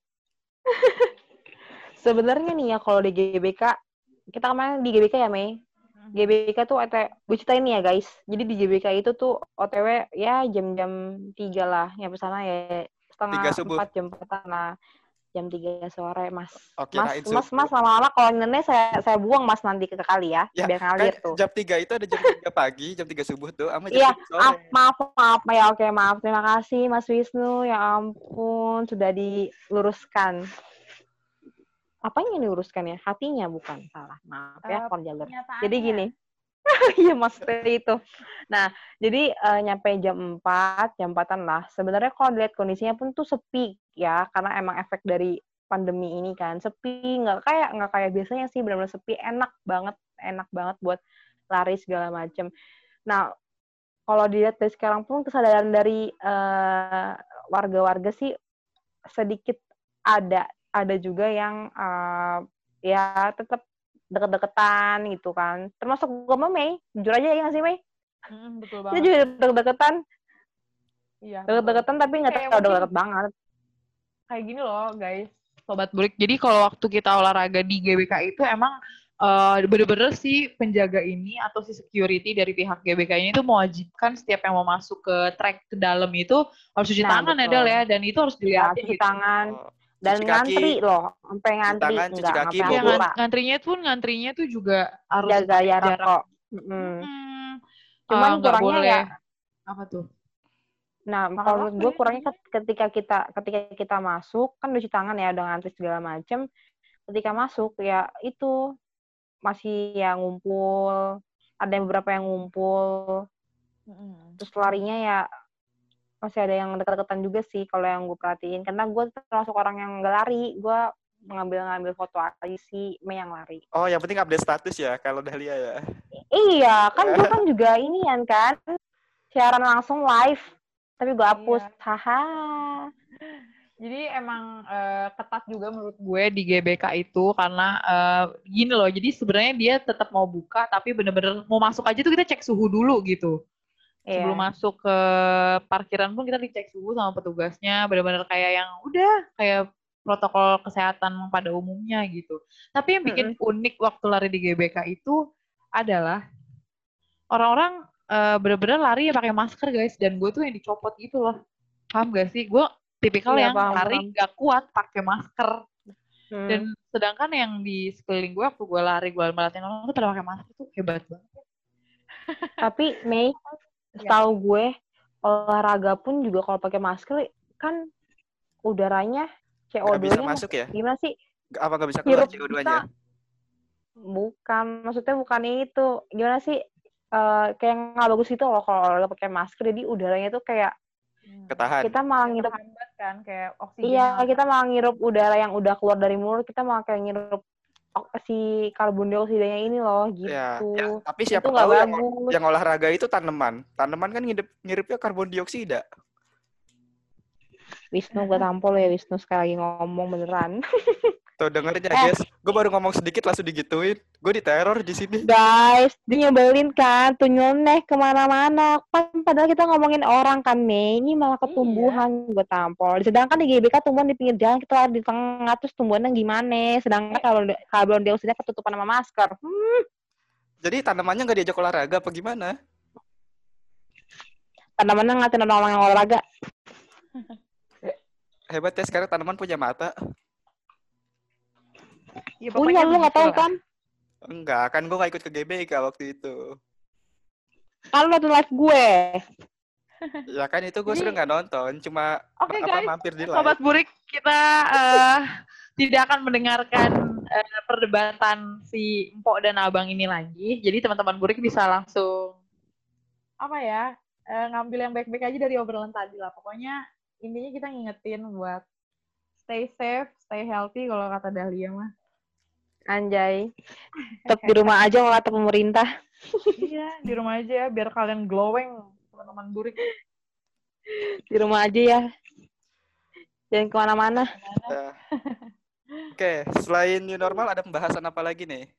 [SPEAKER 1] Sebenarnya nih ya kalau di GBK, kita kemarin di GBK ya Mei. GBK tuh gue ceritain nih ya guys. Jadi di GBK itu tuh OTW ya jam-jam 3 lah. Nyampe sana ya setengah 4, jam 4 lah. Jam 3 sore, Mas. Mas, lama-lama kalau nenek saya buang Mas nanti ke kali ya biar ngalir
[SPEAKER 3] kan
[SPEAKER 1] tuh.
[SPEAKER 3] Jam 3 itu ada jam 3 pagi, jam 3 subuh tuh, sama jam 3 sore.
[SPEAKER 1] Maaf. Ya oke, maaf. Terima kasih Mas Wisnu. Ya ampun, sudah diluruskan. Apanya yang diuruskan ya? Hatinya bukan, salah. Maaf ya, kon jalur. Jadi gini. Iya maksudnya itu. Nah, jadi nyampe jam 4, jam 4-an lah. Sebenarnya kalau dilihat kondisinya pun tuh sepi ya, karena emang efek dari pandemi ini kan. Sepi, nggak kayak biasanya sih, benar-benar sepi, enak banget buat lari segala macem. Nah, kalau dilihat dari sekarang pun kesadaran dari warga-warga sih sedikit ada juga yang ya tetap deket-deketan gitu kan. Termasuk gue sama Mei. Jujur aja ya nggak sih Mei?
[SPEAKER 2] Betul
[SPEAKER 1] Kita
[SPEAKER 2] banget.
[SPEAKER 1] juga deket-deketan.
[SPEAKER 2] Iya.
[SPEAKER 1] Deket-deketan tapi nggak terlalu deket banget.
[SPEAKER 2] Kayak gini loh guys, Sobat Burik. Jadi kalau waktu kita olahraga di GBK itu emang bener-bener si penjaga ini atau si security dari pihak GBK ini tuh mewajibkan setiap yang mau masuk ke track ke dalam itu harus cuci tangan ya, dan itu harus dilihatin
[SPEAKER 1] cuci tangan. Dan
[SPEAKER 3] cuci
[SPEAKER 1] ngantri
[SPEAKER 3] kaki.
[SPEAKER 1] loh, sampai ngantri
[SPEAKER 3] tangan, cuci kaki,
[SPEAKER 2] ngantrinya tuh juga harus
[SPEAKER 1] jaga jarak kok. Cuman kurangnya
[SPEAKER 2] boleh.
[SPEAKER 1] ya
[SPEAKER 2] apa tuh?
[SPEAKER 1] Nah, kalau menurut gue kurangnya ketika kita masuk kan cuci tangan ya, udah ngantri segala macem. Ketika masuk ya itu masih yang ngumpul, ada yang beberapa yang ngumpul. Terus larinya ya masih ada yang deket-deketan juga sih kalau yang gue perhatiin. Karena gue termasuk orang yang nggak lari, gue ngambil foto aja sih, Mei yang lari.
[SPEAKER 3] Oh, yang penting update status ya kalau Dahlia ya.
[SPEAKER 1] Iya, kan gue kan juga ini kan siaran langsung live, tapi gue hapus, haha.
[SPEAKER 2] Jadi emang ketat juga menurut gue di GBK itu karena gini loh, jadi sebenarnya dia tetap mau buka tapi bener-bener mau masuk aja tuh kita cek suhu dulu gitu. Sebelum masuk ke parkiran pun kita dicek suhu sama petugasnya, bener-bener kayak yang udah kayak protokol kesehatan pada umumnya gitu. Tapi yang bikin unik waktu lari di GBK itu adalah orang-orang bener-bener lari ya pakai masker guys, dan gue tuh yang dicopot gitu loh. Paham gak sih? Gue tipikal yang lari gak kuat pakai masker. Dan sedangkan yang di sekeliling gue waktu gue lari, gue melatihan orang tuh pada pakai masker tuh hebat banget.
[SPEAKER 1] Tapi Mei, setahu gue olahraga pun juga kalau pakai masker kan udaranya CO2-nya
[SPEAKER 3] masuk ya?
[SPEAKER 1] Gimana sih?
[SPEAKER 3] Apa nggak bisa keluar CO2-nya?
[SPEAKER 1] Bukan, maksudnya bukan itu. Gimana sih? Kayak nggak bagus itu loh kalau olahraga pakai masker. Jadi udaranya tuh kayak
[SPEAKER 3] ketahan.
[SPEAKER 1] Kita malah ngirup
[SPEAKER 2] kan kayak oksigen.
[SPEAKER 1] Iya, kita malah ngirup udara yang udah keluar dari mulut. Kita malah kayak ngirup si karbon dioksidanya ini loh gitu.
[SPEAKER 3] Ya, tapi siapa tahu yang olahraga itu tanaman. Tanaman kan ngirupnya karbon dioksida.
[SPEAKER 1] Wisnu, gue tampol ya Wisnu sekali lagi ngomong beneran.
[SPEAKER 3] Tuh dengerin ya guys, gue baru ngomong sedikit langsung digituin. Gue diteror di sini.
[SPEAKER 1] Guys, dia nyebelin kan, tuh nyeleneh kemana-mana. Kan padahal kita ngomongin orang kan, nih. Ini malah ketumbuhan, gue tampol. Sedangkan di GBK tumbuhan di pinggir jalan, kita di tengah, terus tumbuhannya gimana? Sedangkan kalau dia usianya ketutupan sama masker.
[SPEAKER 3] Jadi tanamannya nggak diajak olahraga apa gimana?
[SPEAKER 1] Tanamannya ngatain orang yang olahraga.
[SPEAKER 3] Hebat ya, sekarang tanaman punya mata.
[SPEAKER 2] Ya,
[SPEAKER 1] Punya, lu nggak tahu kan?
[SPEAKER 3] Enggak, kan gue nggak ikut ke GBK waktu itu.
[SPEAKER 1] Kan lu nonton live gue.
[SPEAKER 3] Ya kan itu gue sering nggak nonton, cuma
[SPEAKER 2] Oke, guys,
[SPEAKER 3] mampir di live.
[SPEAKER 2] Sobat Burik, kita tidak akan mendengarkan perdebatan si Empok dan Abang ini lagi. Jadi teman-teman Burik bisa langsung ngambil yang baik-baik aja dari obrolan tadi lah. Pokoknya intinya kita ngingetin buat stay safe, stay healthy kalau kata Dahlia mah.
[SPEAKER 1] Anjay. Tetap di rumah aja kalau kata pemerintah.
[SPEAKER 2] Iya, di rumah aja biar kalian glowing, teman-teman Burik.
[SPEAKER 1] Di rumah aja ya. Jangan kemana-mana.
[SPEAKER 3] Oke, selain new normal ada pembahasan apa lagi nih?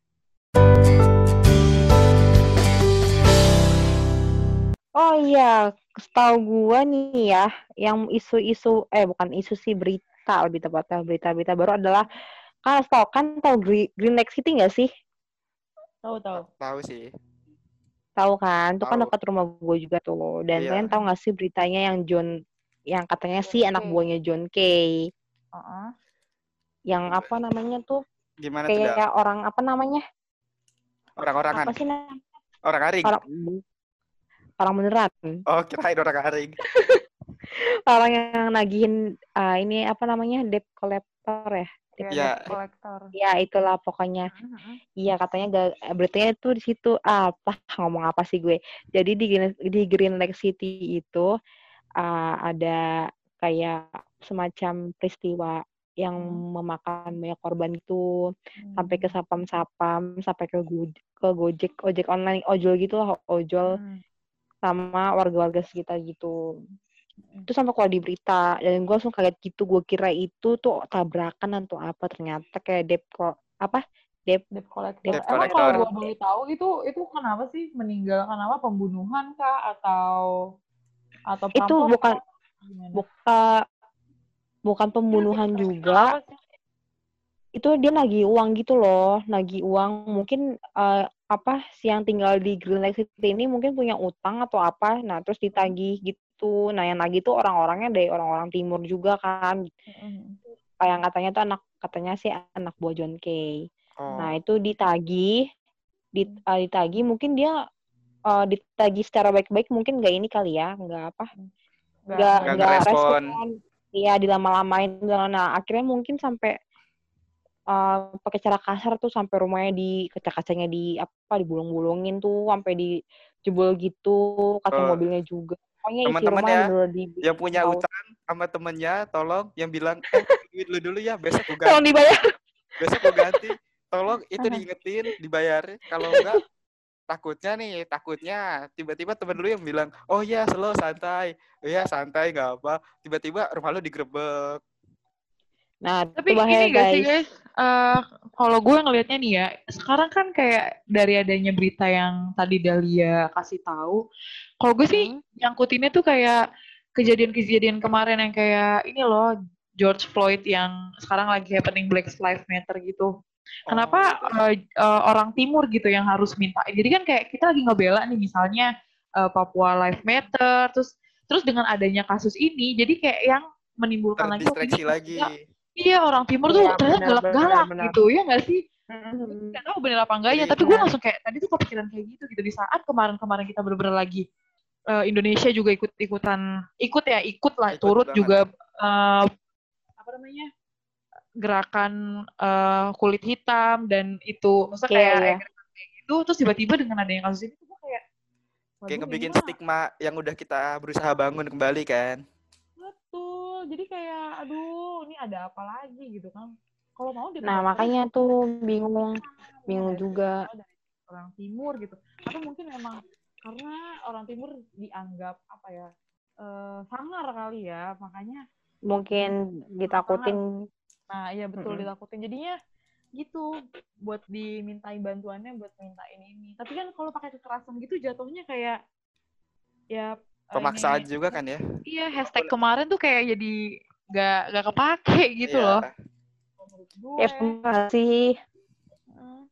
[SPEAKER 1] Oh iya, setahu gua nih ya, yang isu-isu, bukan isu sih, berita lebih tepatnya, berita-berita baru adalah, tahu Green Lake City nggak sih?
[SPEAKER 2] Tahu.
[SPEAKER 3] Tahu sih.
[SPEAKER 1] Tahu kan, itu kan
[SPEAKER 3] Tahu.
[SPEAKER 1] dekat rumah gue juga tuh. Dan
[SPEAKER 3] Iya.
[SPEAKER 1] kalian tahu nggak sih beritanya yang katanya sih anak buahnya John Kay, yang apa namanya tuh,
[SPEAKER 3] Gimana tuh, Dal?
[SPEAKER 1] kayak orang apa namanya?
[SPEAKER 3] Orang-orangan.
[SPEAKER 1] Apa sih namanya?
[SPEAKER 3] Orang aring.
[SPEAKER 1] Orang beneran.
[SPEAKER 3] Oh, kirain orang aring.
[SPEAKER 1] Orang yang nagihin ini apa namanya, debt collector ya?
[SPEAKER 3] Iya.
[SPEAKER 2] Kolektor.
[SPEAKER 1] Ya itulah pokoknya. Iya katanya beritanya tuh di situ ngomong apa sih gue. Jadi di Green Lake City itu ada kayak semacam peristiwa yang memakan banyak korban itu, sampai ke sapam-sapam, sampai ke Gojek, ojek online, ojol gitu lah, ojol sama warga-warga sekitar gitu. Itu sampai keluar di berita, dan gue langsung kaget gitu. Gue kira itu tuh tabrakan atau apa, ternyata kayak debt collector.
[SPEAKER 2] Emang kalau gue boleh tahu itu kenapa sih meninggal? Kenapa pembunuhan kah atau
[SPEAKER 1] itu bukan pembunuhan juga. Itu dia nagih uang gitu loh, nagih uang. Mungkin si yang tinggal di Green Lake City ini mungkin punya utang atau apa, nah terus ditagih gitu. Nah yang nagih tuh orang-orangnya dari orang-orang timur juga kan. Yang katanya sih anak buah John Kay. Nah itu ditagih mungkin dia ditagih secara baik-baik, mungkin nggak ini kali ya, nggak respon. Iya, dilama-lamain. Nah akhirnya mungkin sampai pakai cara kasar tuh, sampai rumahnya kaca-kacanya digulung-gulungin tuh, sampai dijebol gitu, kaca mobilnya juga. Pokoknya isi
[SPEAKER 3] teman-teman
[SPEAKER 1] rumah
[SPEAKER 3] ya,
[SPEAKER 1] bener-bener
[SPEAKER 3] yang punya utang sama temennya, tolong yang bilang duit lu dulu ya, besok gue ganti.
[SPEAKER 1] Tolong dibayar.
[SPEAKER 3] Besok gue ganti. Tolong itu diingetin, dibayar. Kalau enggak, takutnya tiba-tiba temen lu yang bilang, oh ya slow, santai. Ya santai, nggak apa. Tiba-tiba rumah lu digerebek.
[SPEAKER 1] Nah,
[SPEAKER 2] tapi ini gak sih guys, kalau gue ngelihatnya nih ya, sekarang kan kayak dari adanya berita yang tadi Dahlia kasih tahu, kalau gue sih nyangkutinnya tuh kayak kejadian-kejadian kemarin yang kayak ini loh, George Floyd yang sekarang lagi happening, Black Lives Matter gitu. Kenapa orang timur gitu yang harus minta? Jadi kan kayak kita lagi ngebela nih misalnya Papua Lives Matter, terus dengan adanya kasus ini, jadi kayak yang menimbulkan
[SPEAKER 3] terdistraksi lagi.
[SPEAKER 2] Iya, orang timur tuh ternyata galak-galak gitu, ya nggak sih? Nggak tahu bener apa enggaknya, tapi gue langsung kayak, tadi tuh kepikiran kayak gitu di saat kemarin-kemarin kita bener-bener lagi, Indonesia juga ikut lah, turut banget. Juga, gerakan kulit hitam, dan itu, maksudnya kayak gitu, terus tiba-tiba dengan adanya kasus ini, tuh gue kayak
[SPEAKER 3] ngebikin stigma yang udah kita berusaha bangun kembali kan.
[SPEAKER 2] Jadi kayak aduh ini ada apa lagi gitu kan, kalau mau
[SPEAKER 1] nah makanya tuh bingung juga
[SPEAKER 2] dari orang timur gitu, atau mungkin memang karena orang timur dianggap sangar kali ya, makanya
[SPEAKER 1] mungkin ditakutin
[SPEAKER 2] Nah, iya betul
[SPEAKER 1] Mm-mm.
[SPEAKER 2] ditakutin. Jadinya gitu buat dimintai bantuannya buat mintain ini. Tapi kan kalau pakai kekerasan gitu jatuhnya kayak ya
[SPEAKER 3] Pemaksaan
[SPEAKER 2] ini
[SPEAKER 3] juga kan ya.
[SPEAKER 2] iya hashtag kemarin tuh kayak jadi nggak kepake gitu loh.
[SPEAKER 3] Iya.
[SPEAKER 2] Menurut
[SPEAKER 1] Ya,
[SPEAKER 2] gue.
[SPEAKER 1] sih.
[SPEAKER 2] Hmm.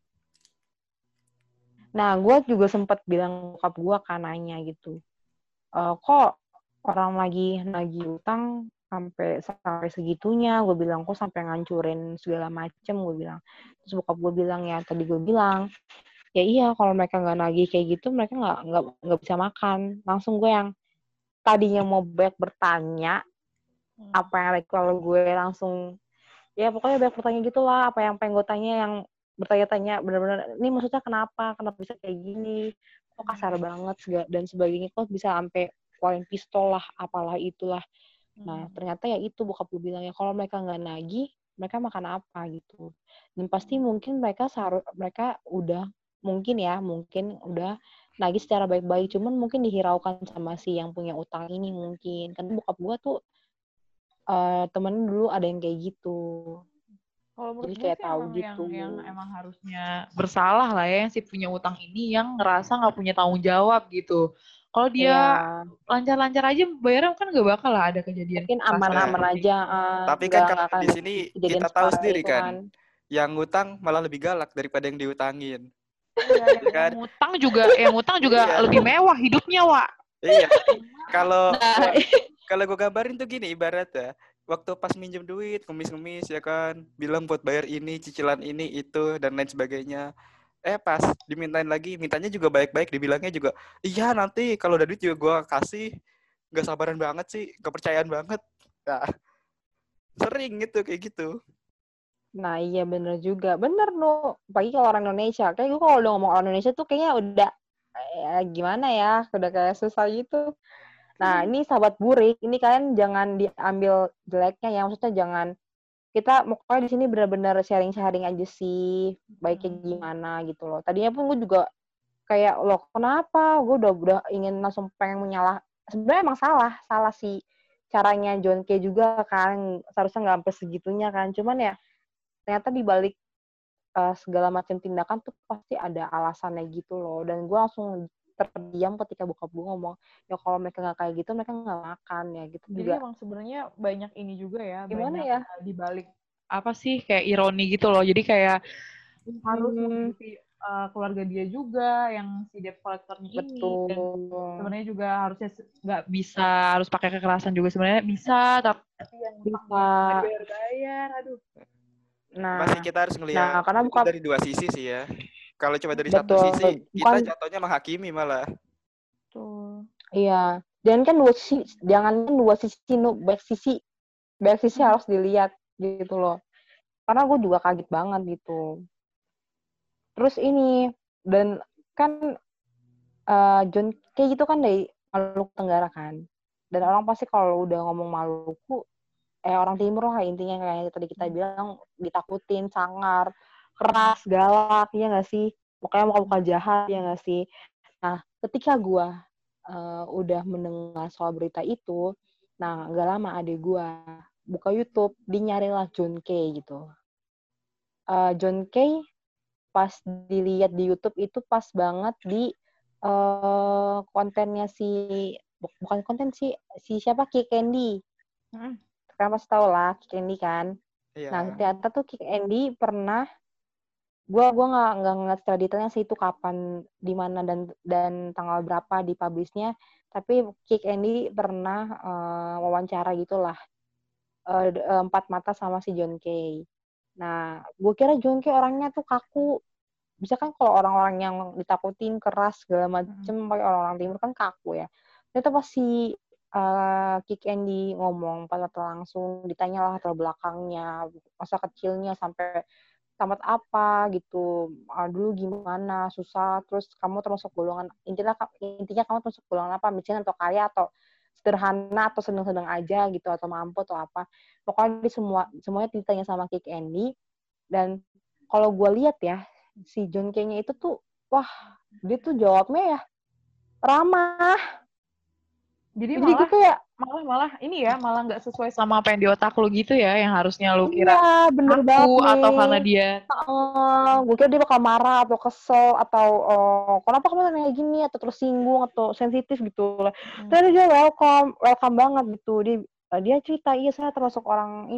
[SPEAKER 1] Nah, gue juga sempat bilang bokap gue kan nanya gitu. Kok orang lagi nagih utang sampai segitunya? Gue bilang, kok sampai ngancurin segala macem? Gue bilang. Terus bokap gue bilang, ya tadi gue bilang, ya iya kalau mereka nggak nagih kayak gitu, mereka nggak bisa makan. Langsung gue yang tadinya mau banyak bertanya, apa yang kalau gue langsung, ya pokoknya banyak bertanya gitulah, apa yang pengen gue tanya yang bertanya-tanya benar-benar ini maksudnya kenapa bisa kayak gini, kok kasar banget dan sebagainya, kok bisa sampai keluarin pistol lah apalah itulah. Nah ternyata ya itu bokap gue bilang ya kalau mereka nggak nagih mereka makan apa gitu, dan pasti mungkin mereka udah mungkin udah nagih secara baik-baik, cuman mungkin dihiraukan sama si yang punya utang ini mungkin karena bokap gue tuh temen dulu ada yang kayak gitu.
[SPEAKER 2] Kalau menurut
[SPEAKER 1] Jadi
[SPEAKER 2] gue
[SPEAKER 1] kayak
[SPEAKER 2] sih
[SPEAKER 1] tahu
[SPEAKER 2] emang
[SPEAKER 1] gitu.
[SPEAKER 2] yang emang harusnya bersalah lah ya yang si punya utang ini yang ngerasa nggak punya tanggung jawab gitu. Kalau
[SPEAKER 1] Iya,
[SPEAKER 2] dia lancar-lancar aja bayarnya kan nggak bakal lah ada kejadian
[SPEAKER 1] mungkin
[SPEAKER 2] kekerasan
[SPEAKER 3] Nah,
[SPEAKER 1] aman-aman
[SPEAKER 2] seperti
[SPEAKER 1] aja,
[SPEAKER 2] itu.
[SPEAKER 3] tapi kan
[SPEAKER 1] nggak
[SPEAKER 3] kalau
[SPEAKER 1] akan
[SPEAKER 3] di sini
[SPEAKER 1] kejadian
[SPEAKER 3] kita tahu
[SPEAKER 1] separah
[SPEAKER 3] sendiri
[SPEAKER 1] itu
[SPEAKER 3] kan,
[SPEAKER 1] kan.
[SPEAKER 3] yang ngutang malah lebih galak daripada yang diutangin.
[SPEAKER 2] Iya,
[SPEAKER 3] Ya kan?
[SPEAKER 2] yang ngutang juga
[SPEAKER 3] Iya.
[SPEAKER 2] lebih mewah hidupnya, Wak.
[SPEAKER 3] Iya. Kalau
[SPEAKER 1] Nah,
[SPEAKER 3] kalau gue gambarin tuh gini ibaratnya, waktu pas minjem duit, ngemis-ngemis ya kan, bilang buat bayar ini, cicilan ini, itu, dan lain sebagainya. Pas dimintain lagi, mintanya juga baik-baik, dibilangnya juga, iya nanti kalau ada duit juga gue kasih, gak sabaran banget sih, kepercayaan banget. Nah, sering gitu, kayak gitu.
[SPEAKER 1] nah iya bener juga. Bener no. Pagi kalau orang Indonesia. Kayak gue kalau udah ngomong orang Indonesia tuh kayaknya udah gimana ya, udah kayak susah gitu. Nah, ini sahabat burik, ini kalian jangan diambil jeleknya ya. Maksudnya jangan, kita pokoknya di sini benar-benar sharing-sharing aja sih, baiknya gimana gitu loh. Tadinya pun gue juga kayak, loh kenapa? Gue udah ingin langsung pengen menyalah. Sebenarnya emang salah sih caranya John Kay juga kan, seharusnya nggak sampai segitunya kan. Cuman ya ternyata di balik segala macam tindakan tuh pasti ada alasannya gitu loh. Dan gue langsung terdiam ketika bokap gue ngomong, ya kalau mereka nggak kayak gitu mereka nggak makan ya gitu
[SPEAKER 2] Jadi
[SPEAKER 1] juga.
[SPEAKER 2] emang sebenarnya banyak ini juga ya,
[SPEAKER 1] Gimana
[SPEAKER 2] banyak
[SPEAKER 1] ya?
[SPEAKER 2] di balik apa sih kayak ironi gitu loh. Jadi kayak harus menghidupi keluarga dia juga yang si debt collector-nya ini dan
[SPEAKER 1] Betul.
[SPEAKER 2] sebenarnya juga harusnya nggak bisa harus pakai kekerasan juga sebenarnya bisa tapi yang utang
[SPEAKER 1] Bisa.
[SPEAKER 2] nggak dibayar-bayar aduh.
[SPEAKER 3] Masih
[SPEAKER 1] Nah,
[SPEAKER 3] kita harus ngelihat
[SPEAKER 1] karena
[SPEAKER 3] itu
[SPEAKER 1] buka
[SPEAKER 3] dari dua sisi sih ya. Kalau cuma dari satu sisi,
[SPEAKER 1] betul,
[SPEAKER 3] kita
[SPEAKER 1] bukan
[SPEAKER 3] jatuhnya menghakimi malah.
[SPEAKER 2] Tuh.
[SPEAKER 1] iya. Dan kan dua sisi, jangan dua sisi, baik sisi harus dilihat gitu loh. Karena gue juga kaget banget gitu. Terus ini, dan kan John kayak gitu kan dari Maluku Tenggara kan. Dan orang pasti kalau udah ngomong Maluku, orang timur lah intinya kayak tadi kita bilang, ditakutin, sangar, keras, galak, ya nggak sih? Pokoknya muka-muka jahat, ya nggak sih? Nah, ketika gue udah mendengar soal berita itu, nah nggak lama adik gue buka YouTube, dia nyarilah John Kay gitu. John Kay pas dilihat di YouTube itu pas banget di kontennya bukan konten si siapa, Kick Andy. Kalian pasti tahu lah Kick Andy kan.
[SPEAKER 3] Iya.
[SPEAKER 1] Nah ternyata tuh Kick Andy pernah, gua nggak ngeliat secara detailnya sih itu kapan, di mana dan tanggal berapa di publishnya, tapi Kick Andy pernah wawancara gitulah 4 mata sama si John Kay. Nah, gue kira John Kay orangnya tuh kaku. Bisa kan kalau orang-orang yang ditakutin keras segala macem, orang-orang timur kan kaku ya. Ternyata pas si Kick Andy ngomong pada langsung, ditanya latar belakangnya, masa kecilnya sampai tamat apa gitu, dulu gimana, susah, terus kamu termasuk golongan, intinya kamu termasuk golongan apa, miskin atau kaya atau sederhana atau sedang-sedang aja gitu atau mampu atau apa. Pokoknya semuanya ditanya sama Kick Andy. Dan kalau gue lihat ya, si John Kay-nya itu tuh, wah, dia tuh jawabnya ya ramah.
[SPEAKER 2] Jadi
[SPEAKER 1] Jadi gue
[SPEAKER 2] malah
[SPEAKER 1] kayak,
[SPEAKER 2] malah ini ya, malah nggak sesuai sama apa yang di otak lu gitu ya, yang harusnya lu kira
[SPEAKER 1] Iya, bener banget
[SPEAKER 2] aku atau karena
[SPEAKER 1] nih.
[SPEAKER 2] dia
[SPEAKER 1] Gue kira dia bakal marah atau kesel atau kenapa kamu nanya gini atau tersinggung atau sensitif gitu. Tapi dia welcome banget gitu. Dia cerita, iya saya termasuk orang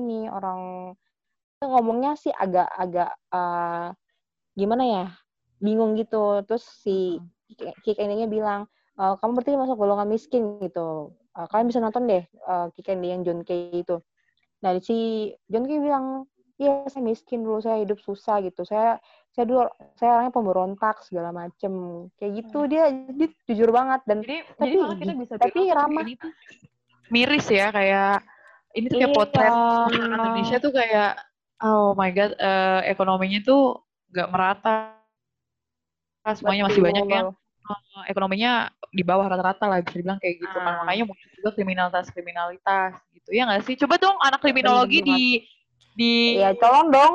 [SPEAKER 1] ngomongnya sih agak-agak gimana ya, bingung gitu. Terus si Kik Candy-nya bilang, kamu berarti masuk golongan miskin gitu. Kalian bisa nonton deh Kik Candy yang John Kay itu. Nah, si John Kay bilang, iya saya miskin dulu, saya hidup susah gitu. Saya orangnya pemberontak segala macem. Kayak gitu dia jujur banget dan
[SPEAKER 2] jadi malah kita bisa bilang tuh
[SPEAKER 1] ramah.
[SPEAKER 2] ini tuh miris ya, kayak ini tuh kayak
[SPEAKER 1] Iya.
[SPEAKER 2] potret masyarakat Indonesia tuh kayak oh my god, ekonominya tuh nggak merata, semuanya masih banyak yang ekonominya di bawah rata-rata lah, bisa dibilang kayak gitu kan. Makanya muncul juga kriminalitas gitu ya nggak sih? Coba dong anak kriminologi di
[SPEAKER 1] ya tolong dong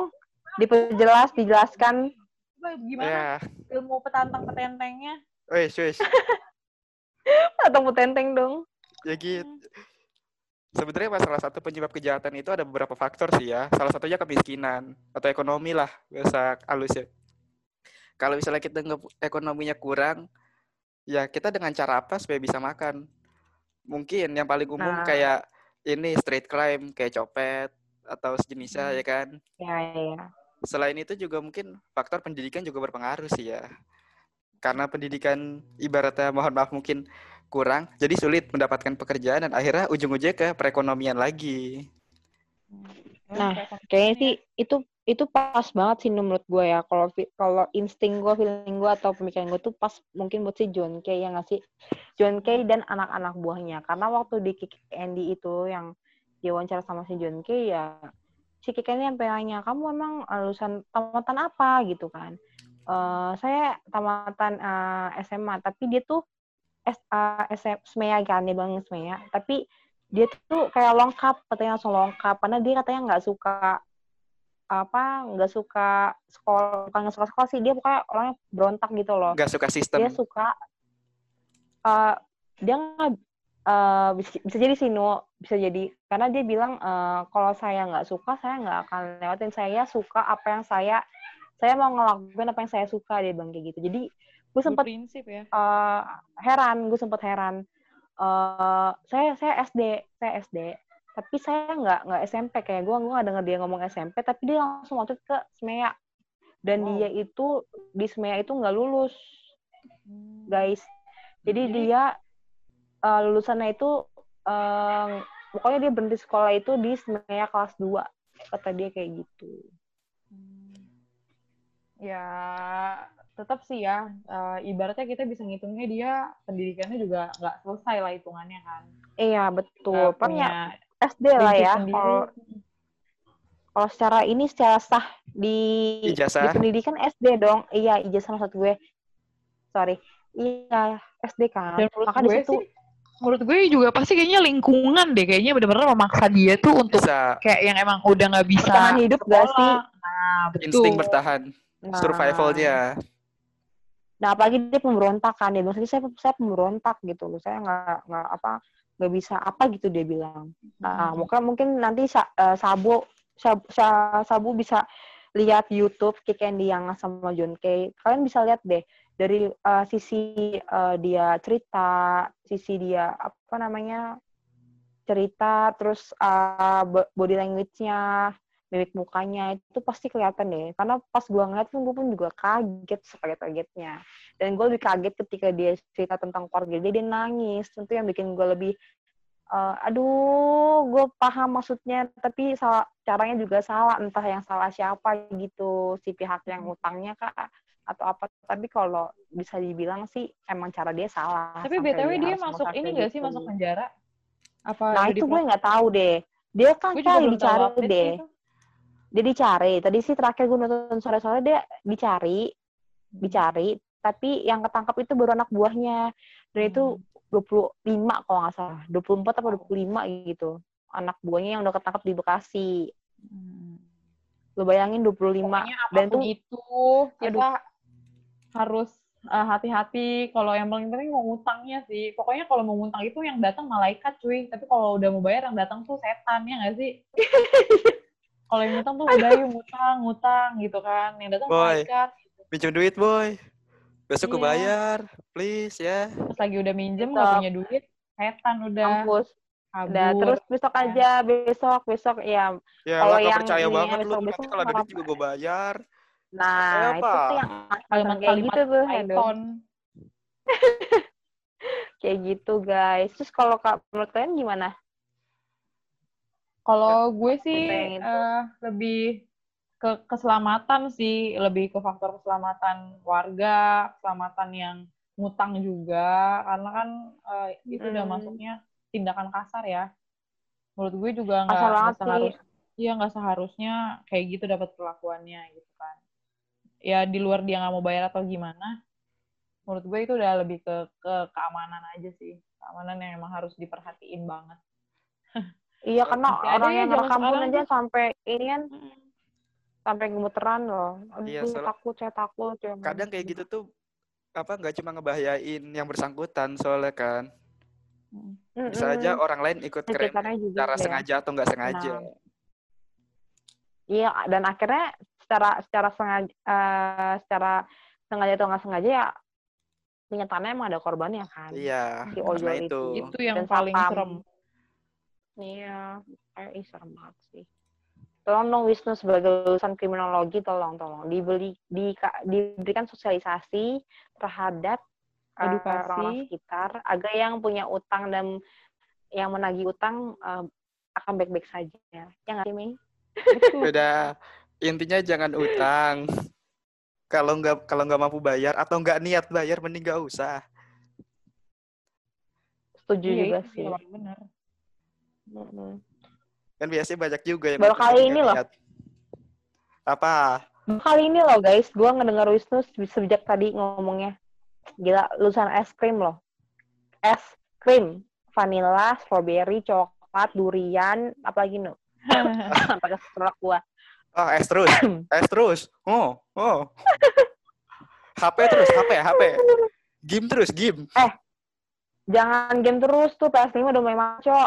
[SPEAKER 1] dijelaskan
[SPEAKER 2] coba gimana ilmu petantang-petentengnya.
[SPEAKER 3] Wes.
[SPEAKER 1] atau petenteng dong.
[SPEAKER 3] Ya gitu. Sebenarnya salah satu penyebab kejahatan itu ada beberapa faktor sih ya. Salah satunya kemiskinan atau ekonomi lah, bahasa halus ya. Kalau misalnya kita ekonominya kurang, ya kita dengan cara apa supaya bisa makan? Mungkin yang paling umum kayak ini street crime, kayak copet atau sejenisnya ya kan.
[SPEAKER 1] Ya.
[SPEAKER 3] Selain itu juga mungkin faktor pendidikan juga berpengaruh sih ya. Karena pendidikan ibaratnya mohon maaf mungkin kurang, jadi sulit mendapatkan pekerjaan dan akhirnya ujung-ujungnya ke perekonomian lagi.
[SPEAKER 1] Nah, kayaknya sih itu pas banget sih menurut gue ya. Kalau insting gue, feeling gue atau pemikiran gue tuh pas mungkin buat si John Kay yang ngasih John Kay dan anak-anak buahnya. Karena waktu di Kick Andy itu yang diwawancara sama si John Kay ya, si Kick Andy sampai nanya, kamu emang lulusan tamatan apa gitu kan? Saya tamatan SMA, tapi dia tuh SMEA kan, dia bilang SMEA, tapi dia tuh kayak lengkap, katanya langsung lengkap, karena dia katanya nggak suka sekolah, bukan nggak suka sekolah sih, dia pokoknya orangnya berontak gitu loh.
[SPEAKER 3] Nggak suka sistem.
[SPEAKER 1] Dia suka, dia nggak, bisa jadi sih bisa jadi, karena dia bilang kalau saya nggak suka, saya nggak akan lewatin, saya suka apa yang saya mau ngelakuin apa yang saya suka, dia bilang kayak gitu. Jadi gue sempat heran. Saya SD, tapi saya nggak SMP, kayak gue nggak denger dia ngomong SMP, tapi dia langsung waktu ke SMEA dan dia itu di SMEA itu nggak lulus, guys. Jadi dia lulusannya itu pokoknya dia berhenti sekolah itu di SMEA kelas 2, kata dia kayak gitu.
[SPEAKER 2] Ya tetap sih ya, ibaratnya kita bisa ngitungnya dia pendidikannya juga nggak selesai lah hitungannya kan.
[SPEAKER 1] Iya betul,
[SPEAKER 2] punya
[SPEAKER 1] SD lah ya. Kalau secara sah di pendidikan SD dong. Iya, ijazah maksud gue. Sorry. Iya, SD kan.
[SPEAKER 2] Dan menurut gue juga pasti kayaknya lingkungan deh, kayaknya benar-benar memaksa dia tuh untuk kayak yang emang udah nggak bisa
[SPEAKER 1] bertahan hidup gak sih?
[SPEAKER 2] Nah, betul.
[SPEAKER 3] Insting bertahan, survivalnya.
[SPEAKER 1] Nah, apalagi dia pemberontak kan, dia bilang saya pemberontak gitu loh, saya nggak bisa apa gitu dia bilang. Nah, mungkin nanti Sabu bisa lihat YouTube Kick Andy yang sama John Kay. Kalian bisa lihat deh dari sisi dia cerita, sisi dia cerita, terus body language-nya, mimik mukanya itu pasti kelihatan deh. Karena pas gue ngeliat gue pun juga kaget sekaget-kagetnya. Dan gue lebih kaget ketika dia cerita tentang keluarga dia nangis. Tentu yang bikin gue lebih gue paham maksudnya, tapi caranya juga salah, entah yang salah siapa gitu, si pihak yang utangnya kak atau apa. Tapi kalau bisa dibilang sih emang cara dia salah.
[SPEAKER 2] Tapi BTW dia masuk ini nggak sih, masuk penjara?
[SPEAKER 1] Nah itu gue nggak tahu deh. Dia kan kayak dicari deh. Dia dicari. Tadi sih terakhir gue nonton sore-sore dia dicari. Tapi yang ketangkap itu baru anak buahnya. Dan itu 25 kalau nggak salah. 24 atau 25 gitu. Anak buahnya yang udah ketangkap di Bekasi. Lo bayangin 25.
[SPEAKER 2] Dan itu kita harus hati-hati. Kalau yang paling penting mau ngutangnya sih. Pokoknya kalau mau ngutang itu yang datang malaikat cuy. Tapi kalau udah mau bayar yang datang tuh setan, ya nggak sih? Kalau yang ngutang tuh udah yuk ngutang gitu kan. Yang datang
[SPEAKER 3] Boy,
[SPEAKER 2] malaikat.
[SPEAKER 3] pinjam duit boy. Besok gue
[SPEAKER 2] Iya.
[SPEAKER 3] bayar, please ya.
[SPEAKER 2] Pas lagi udah minjem
[SPEAKER 1] Besok.
[SPEAKER 2] nggak punya duit, setan udah
[SPEAKER 1] Kampus.
[SPEAKER 2] kabur.
[SPEAKER 1] Udah, terus besok aja, besok ya.
[SPEAKER 3] Ya
[SPEAKER 1] Kalau
[SPEAKER 3] lah, gak
[SPEAKER 1] yang
[SPEAKER 3] percaya
[SPEAKER 1] ini
[SPEAKER 3] banget lu.
[SPEAKER 1] besok
[SPEAKER 3] Nanti kalau ada duit juga gue bayar.
[SPEAKER 1] Nah, itu tuh yang kayak gitu tuh, aduh.
[SPEAKER 2] iPhone.
[SPEAKER 1] Kayak gitu guys. Terus kalau menurut kalian gimana?
[SPEAKER 2] Kalau gue sih
[SPEAKER 1] Pengen itu.
[SPEAKER 2] lebih ke keselamatan sih, lebih ke faktor keselamatan warga, keselamatan yang ngutang juga, karena kan itu udah masuknya tindakan kasar ya. Menurut gue juga nggak seharusnya kayak gitu dapat perlakuannya gitu kan. Ya di luar dia nggak mau bayar atau gimana, menurut gue itu udah lebih ke keamanan aja sih, keamanan yang emang harus diperhatiin banget.
[SPEAKER 1] Iya, karena orang yang ngerekam pun aja
[SPEAKER 2] tuh.
[SPEAKER 1] sampai ini kan sampai gemeteran loh. Aduh,
[SPEAKER 3] Iya,
[SPEAKER 1] saya takut.
[SPEAKER 3] Kadang kayak gitu tuh nggak cuma ngebahayain yang bersangkutan soalnya kan. Bisa aja orang lain ikut keren secara sengaja atau nggak sengaja.
[SPEAKER 1] Nah. Iya, dan akhirnya secara sengaja atau nggak sengaja ya kenyataannya emang ada korbannya kan.
[SPEAKER 3] Iya,
[SPEAKER 1] si ojol
[SPEAKER 2] itu yang
[SPEAKER 1] dan
[SPEAKER 2] paling
[SPEAKER 1] sapam.
[SPEAKER 2] serem.
[SPEAKER 1] Iya, serem banget sih. Tolong dong Wisnu sebagai lulusan kriminologi, tolong diberikan sosialisasi terhadap orang sekitar agar yang punya utang dan yang menagih utang akan baik-baik saja. Ya nggak sih, Mi?
[SPEAKER 3] Beda. Intinya jangan utang. Kalau nggak mampu bayar atau nggak niat bayar, mending nggak usah.
[SPEAKER 1] Setuju juga sih.
[SPEAKER 2] Benar.
[SPEAKER 3] Kan biasanya banyak juga yang
[SPEAKER 1] baru kali ini loh.
[SPEAKER 3] Apa?
[SPEAKER 1] Kali ini loh guys, gue ngedengar Wisnu sejak tadi ngomongnya. Gila, lulusan es krim loh. Es krim. Vanilla, strawberry, coklat, durian, apalagi nu. Pakai produk gua.
[SPEAKER 3] Oh, es terus. Es terus. Oh. HP terus, HP. Game terus, game.
[SPEAKER 1] Jangan game terus tuh, PS5 udah mulai maco.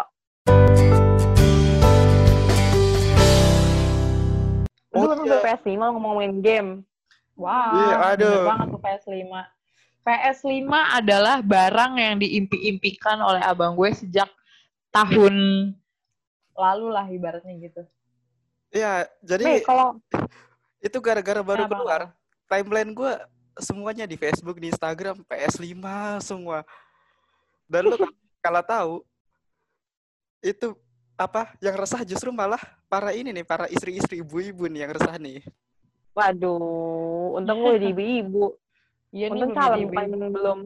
[SPEAKER 1] Lu udah PS5 ngomongin game.
[SPEAKER 2] Wah, bener banget tuh PS5. PS5 adalah barang yang diimpi-impikan oleh abang gue sejak tahun lalu lah ibaratnya gitu.
[SPEAKER 3] Iya, jadi itu gara-gara baru keluar. Timeline gue semuanya di Facebook, di Instagram, PS5 semua. Dan lu kalau tahu itu yang resah justru malah para istri-istri ibu-ibu nih yang resah nih.
[SPEAKER 1] Waduh, untung gue di ibu-ibu.
[SPEAKER 2] Iya,
[SPEAKER 1] untung calon belum.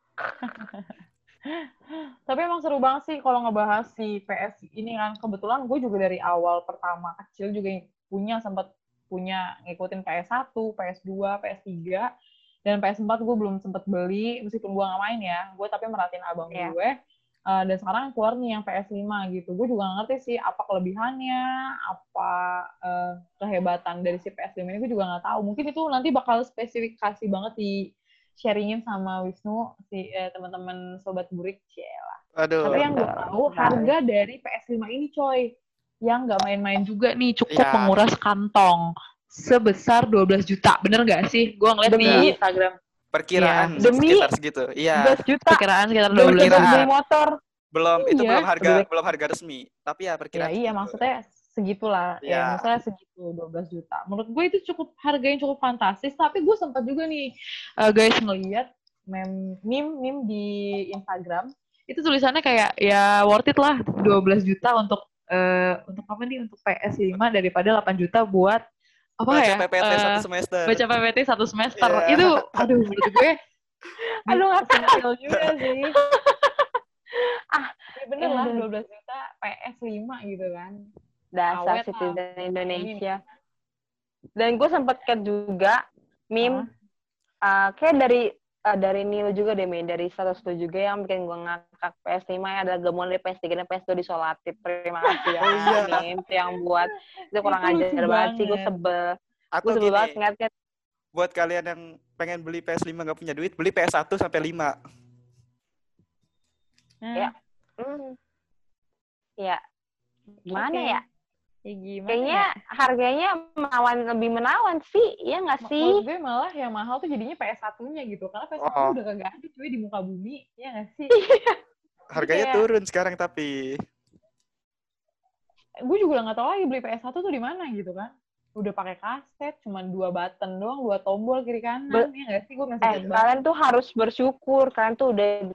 [SPEAKER 2] Tapi emang seru banget sih kalau ngebahas si PS ini kan. Kebetulan gue juga dari awal pertama kecil juga sempat punya ngikutin PS1, PS2, PS3, dan PS4 gue belum sempat beli meskipun gue nggak main ya. Gue tapi merhatiin abang gue. Dan sekarang keluar nih yang PS5 gitu. Gue juga nggak ngerti sih apa kelebihannya, apa kehebatan dari si PS5 ini gue juga nggak tahu. Mungkin itu nanti bakal spesifikasi banget di sharingin sama Wisnu si teman-teman sobat burik lah. Tapi yang gue tahu harga dari PS5 ini coy, yang nggak main-main juga nih, cukup menguras kantong sebesar 12 juta. Bener nggak sih? Gue ngeliat di Instagram.
[SPEAKER 3] Perkiraan sekitar segitu. Iya.
[SPEAKER 1] 12 juta.
[SPEAKER 2] Perkiraan sekitar 12 juta.
[SPEAKER 1] Beli motor.
[SPEAKER 3] Belum harga resmi. Tapi ya perkiraan.
[SPEAKER 2] Iya, maksudnya segitulah. Ya, misalnya segitu 12 juta. Menurut gue itu harga yang cukup fantastis, tapi gue sempat juga nih guys ngeliat meme di Instagram. Itu tulisannya kayak ya worth it lah 12 juta untuk apa nih, untuk PS5 daripada 8 juta buat apa
[SPEAKER 3] baca
[SPEAKER 2] ya?
[SPEAKER 3] PPT 1 semester.
[SPEAKER 2] Baca PPT 1 semester. Yeah. Itu aduh menurut gue sentil juga sih. Ya bener lah 12 juta PS5 gitu kan.
[SPEAKER 1] Dasar citizen Indonesia. Dan gue sempet juga meme kayak dari Nil juga deh, dari status itu juga yang bikin gue ngakak. PS5 ya ada gemuan dari PS3 dan PS2 disolatif. Terima kasih ya meme yang buat itu kurang ajar banget sih, gue sebel. Gue sebel banget ngeliatnya.
[SPEAKER 3] buat kalian yang pengen beli PS5 nggak punya duit, beli PS1 sampai 5.
[SPEAKER 1] Ya. Ya, gimana
[SPEAKER 2] Oke.
[SPEAKER 1] ya?
[SPEAKER 2] Ya gimana
[SPEAKER 1] Kayaknya
[SPEAKER 2] ya?
[SPEAKER 1] harganya lebih menawan sih, iya nggak
[SPEAKER 2] Menurut
[SPEAKER 1] sih?
[SPEAKER 2] gue malah yang mahal tuh jadinya PS1-nya gitu. Karena PS1
[SPEAKER 3] Oh.
[SPEAKER 2] udah kagak ada cuy di muka bumi. Iya nggak sih?
[SPEAKER 3] Harganya
[SPEAKER 2] kayak-
[SPEAKER 3] turun sekarang tapi.
[SPEAKER 2] Gue juga nggak tahu lagi beli PS1 tuh di mana gitu kan. Udah pakai kaset, cuman 2 button doang, 2 tombol kiri kanan. Iya nggak sih? Gue masih ingat banget.
[SPEAKER 1] Kalian tuh harus bersyukur, kalian tuh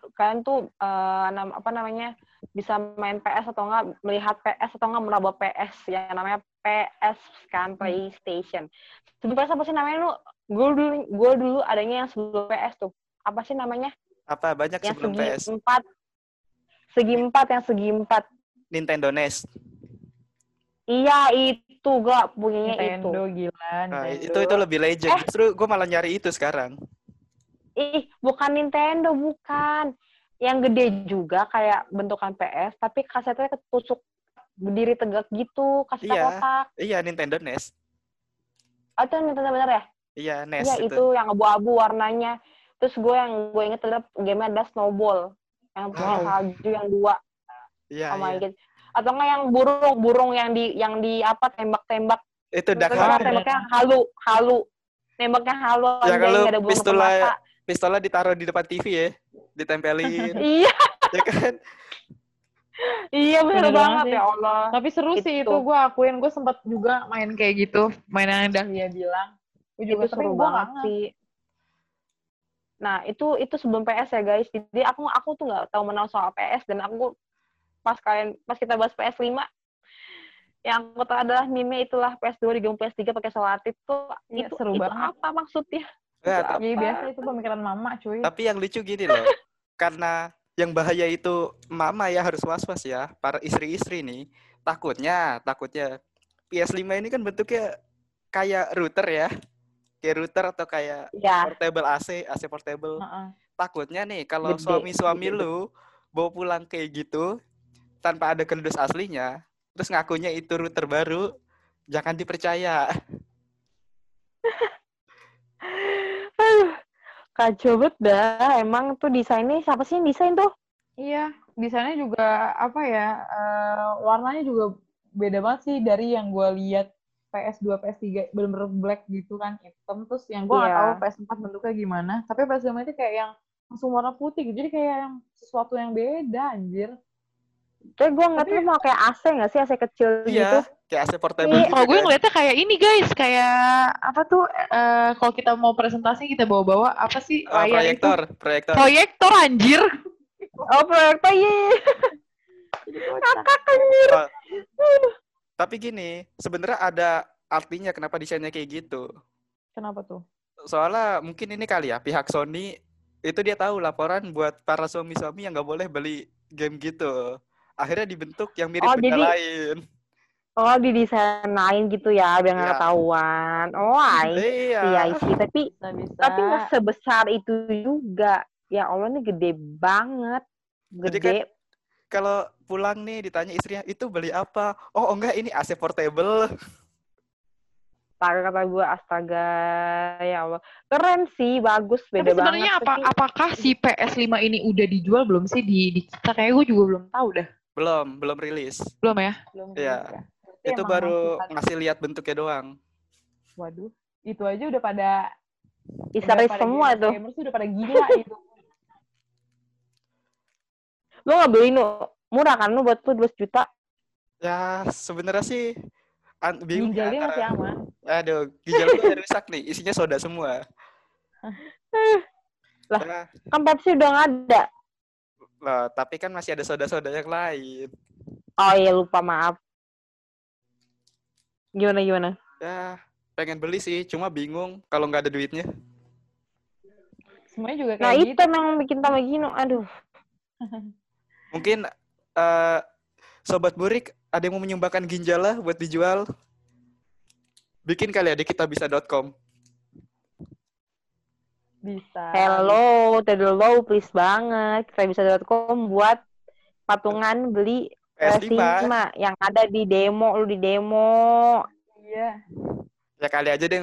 [SPEAKER 1] bisa main PS atau enggak, melihat PS atau enggak meraba PS yang namanya PS kan, PlayStation. Sebelum PS apa sih namanya lu? Gue dulu adanya yang sebelum PS tuh. Apa sih namanya?
[SPEAKER 3] Apa banyak
[SPEAKER 1] Yang
[SPEAKER 3] sebelum PS?
[SPEAKER 1] Segi empat.
[SPEAKER 3] Nintendo NES.
[SPEAKER 1] Iya, itu gak punyanya
[SPEAKER 2] Nintendo
[SPEAKER 1] itu.
[SPEAKER 2] gila,
[SPEAKER 3] Nah,
[SPEAKER 2] Nintendo.
[SPEAKER 3] itu lebih legend. Justru gue malah nyari itu sekarang.
[SPEAKER 1] Bukan Nintendo, bukan. Yang gede juga kayak bentukan PS, tapi kasetnya ketusuk berdiri tegak gitu, kasetnya kotak.
[SPEAKER 3] Iya, Nintendo NES.
[SPEAKER 1] Oh, itu Nintendo bener ya?
[SPEAKER 3] Iya, NES
[SPEAKER 1] Iya, itu yang abu-abu warnanya. Terus gue inget adalah game ada Snowball. Yang punya salju yang 2.
[SPEAKER 3] Iya,
[SPEAKER 1] Oh my
[SPEAKER 3] iya.
[SPEAKER 1] God. Atau enggak yang burung yang di apa tembak-tembak.
[SPEAKER 3] Itu
[SPEAKER 1] Terus
[SPEAKER 3] Dakar.
[SPEAKER 1] tembaknya halu. Nembaknya halu
[SPEAKER 3] Ya
[SPEAKER 1] aja,
[SPEAKER 3] kalau
[SPEAKER 1] nggak ada burung ke mata.
[SPEAKER 3] pistolnya ditaruh di depan TV ya, ditempelin.
[SPEAKER 1] Iya.
[SPEAKER 3] Ya kan?
[SPEAKER 1] Iya bener
[SPEAKER 2] Bener
[SPEAKER 1] banget
[SPEAKER 2] banget
[SPEAKER 1] ya Allah.
[SPEAKER 2] Tapi seru sih itu, gue akuin. Gue sempat juga main kayak gitu. Mainan yang Dahlia bilang. Gue juga,
[SPEAKER 1] Itu seru banget sih. Nah, itu sebelum PS ya guys. Jadi aku tuh nggak tahu menau soal PS, dan aku pas kita bahas PS5, yang aku tahu adalah meme itulah PS2 digabung PS3 pakai selotip tuh.
[SPEAKER 2] Iya,
[SPEAKER 1] itu
[SPEAKER 2] seru banget.
[SPEAKER 1] apa maksudnya?
[SPEAKER 3] Nah,
[SPEAKER 2] Iya, biasa itu pemikiran mama cuy.
[SPEAKER 3] tapi yang lucu gini loh. Karena yang bahaya itu mama ya harus was-was ya. Para istri-istri nih. Takutnya PS5 ini kan bentuknya kayak router ya. Kayak router atau kayak portable AC portable. Takutnya nih kalau suami-suami lu bawa pulang kayak gitu tanpa ada kardus aslinya, terus ngakunya itu router baru, jangan dipercaya.
[SPEAKER 1] Kacau banget dah. Emang tuh desainnya siapa sih yang desain tuh?
[SPEAKER 2] Iya, desainnya juga apa ya, warnanya juga beda banget sih dari yang gue lihat PS2, PS3 bener-bener black gitu kan, hitam. Terus yang gue nggak tahu PS4 bentuknya gimana, tapi PS5 itu kayak yang langsung warna putih gitu, jadi kayak yang sesuatu yang beda anjir.
[SPEAKER 1] Kayak gue ngeliat tuh mau kayak AC nggak sih, AC kecil gitu?
[SPEAKER 3] Kayak AC portable gitu.
[SPEAKER 2] Kalau gue ngeliatnya kayak ini guys, kayak apa tuh, kalau kita mau presentasi kita bawa-bawa apa sih layar proyektor anjir.
[SPEAKER 1] Oh, proyektor, iya. Kakak anjir.
[SPEAKER 3] Tapi gini, sebenarnya ada artinya kenapa desainnya kayak gitu.
[SPEAKER 2] Kenapa tuh?
[SPEAKER 3] Soalnya mungkin ini kali ya, pihak Sony itu dia tahu laporan buat para suami-suami yang nggak boleh beli game gitu. Akhirnya dibentuk yang mirip benda lain.
[SPEAKER 1] Oh, didesain lain gitu ya, biar nggak ketahuan. Oh, iya sih. Tapi nggak sebesar itu juga. Ya Allah, ini gede banget.
[SPEAKER 3] Jadi kan kalau pulang nih ditanya istrinya, itu beli apa? Oh enggak, ini AC portable.
[SPEAKER 1] Kata gue, astaga, ya Allah. Keren sih, bagus, beda banget.
[SPEAKER 2] Sebenarnya apakah si PS5 ini udah dijual belum sih di kita? Kayaknya gue juga belum tahu dah.
[SPEAKER 3] Belum rilis.
[SPEAKER 2] Belum ya?
[SPEAKER 3] Iya. Itu baru ngasih lihat bentuknya doang.
[SPEAKER 2] Waduh, itu aja udah pada
[SPEAKER 1] histeris semua tuh.
[SPEAKER 2] Gamers udah pada gila itu.
[SPEAKER 1] Lu nggak beli murah kan lu buat tuh 12 juta?
[SPEAKER 3] Ya sebenarnya sih
[SPEAKER 2] ginjalnya masih aman.
[SPEAKER 3] Aduh, ginjal gue rusak nih, isinya soda semua.
[SPEAKER 1] Lah, kan Pepsi udah nggak ada.
[SPEAKER 3] Lah, tapi kan masih ada soda-soda yang lain.
[SPEAKER 1] Oh iya, lupa, maaf. Gimana?
[SPEAKER 3] Ya, pengen beli sih, cuma bingung kalau nggak ada duitnya.
[SPEAKER 2] Semuanya juga kayak
[SPEAKER 1] nah,
[SPEAKER 2] gitu.
[SPEAKER 1] Nah, itu memang bikin tambah gino, aduh.
[SPEAKER 3] Mungkin Sobat Burik ada yang mau menyumbangkan ginjal lah buat dijual. Bikin kali ya di kitabisa.com.
[SPEAKER 2] Bisa.
[SPEAKER 1] Hello, please banget. Kitabisa.com buat patungan beli PS5 yang ada di demo, lu di demo.
[SPEAKER 2] Iya.
[SPEAKER 3] Ya kali aja deh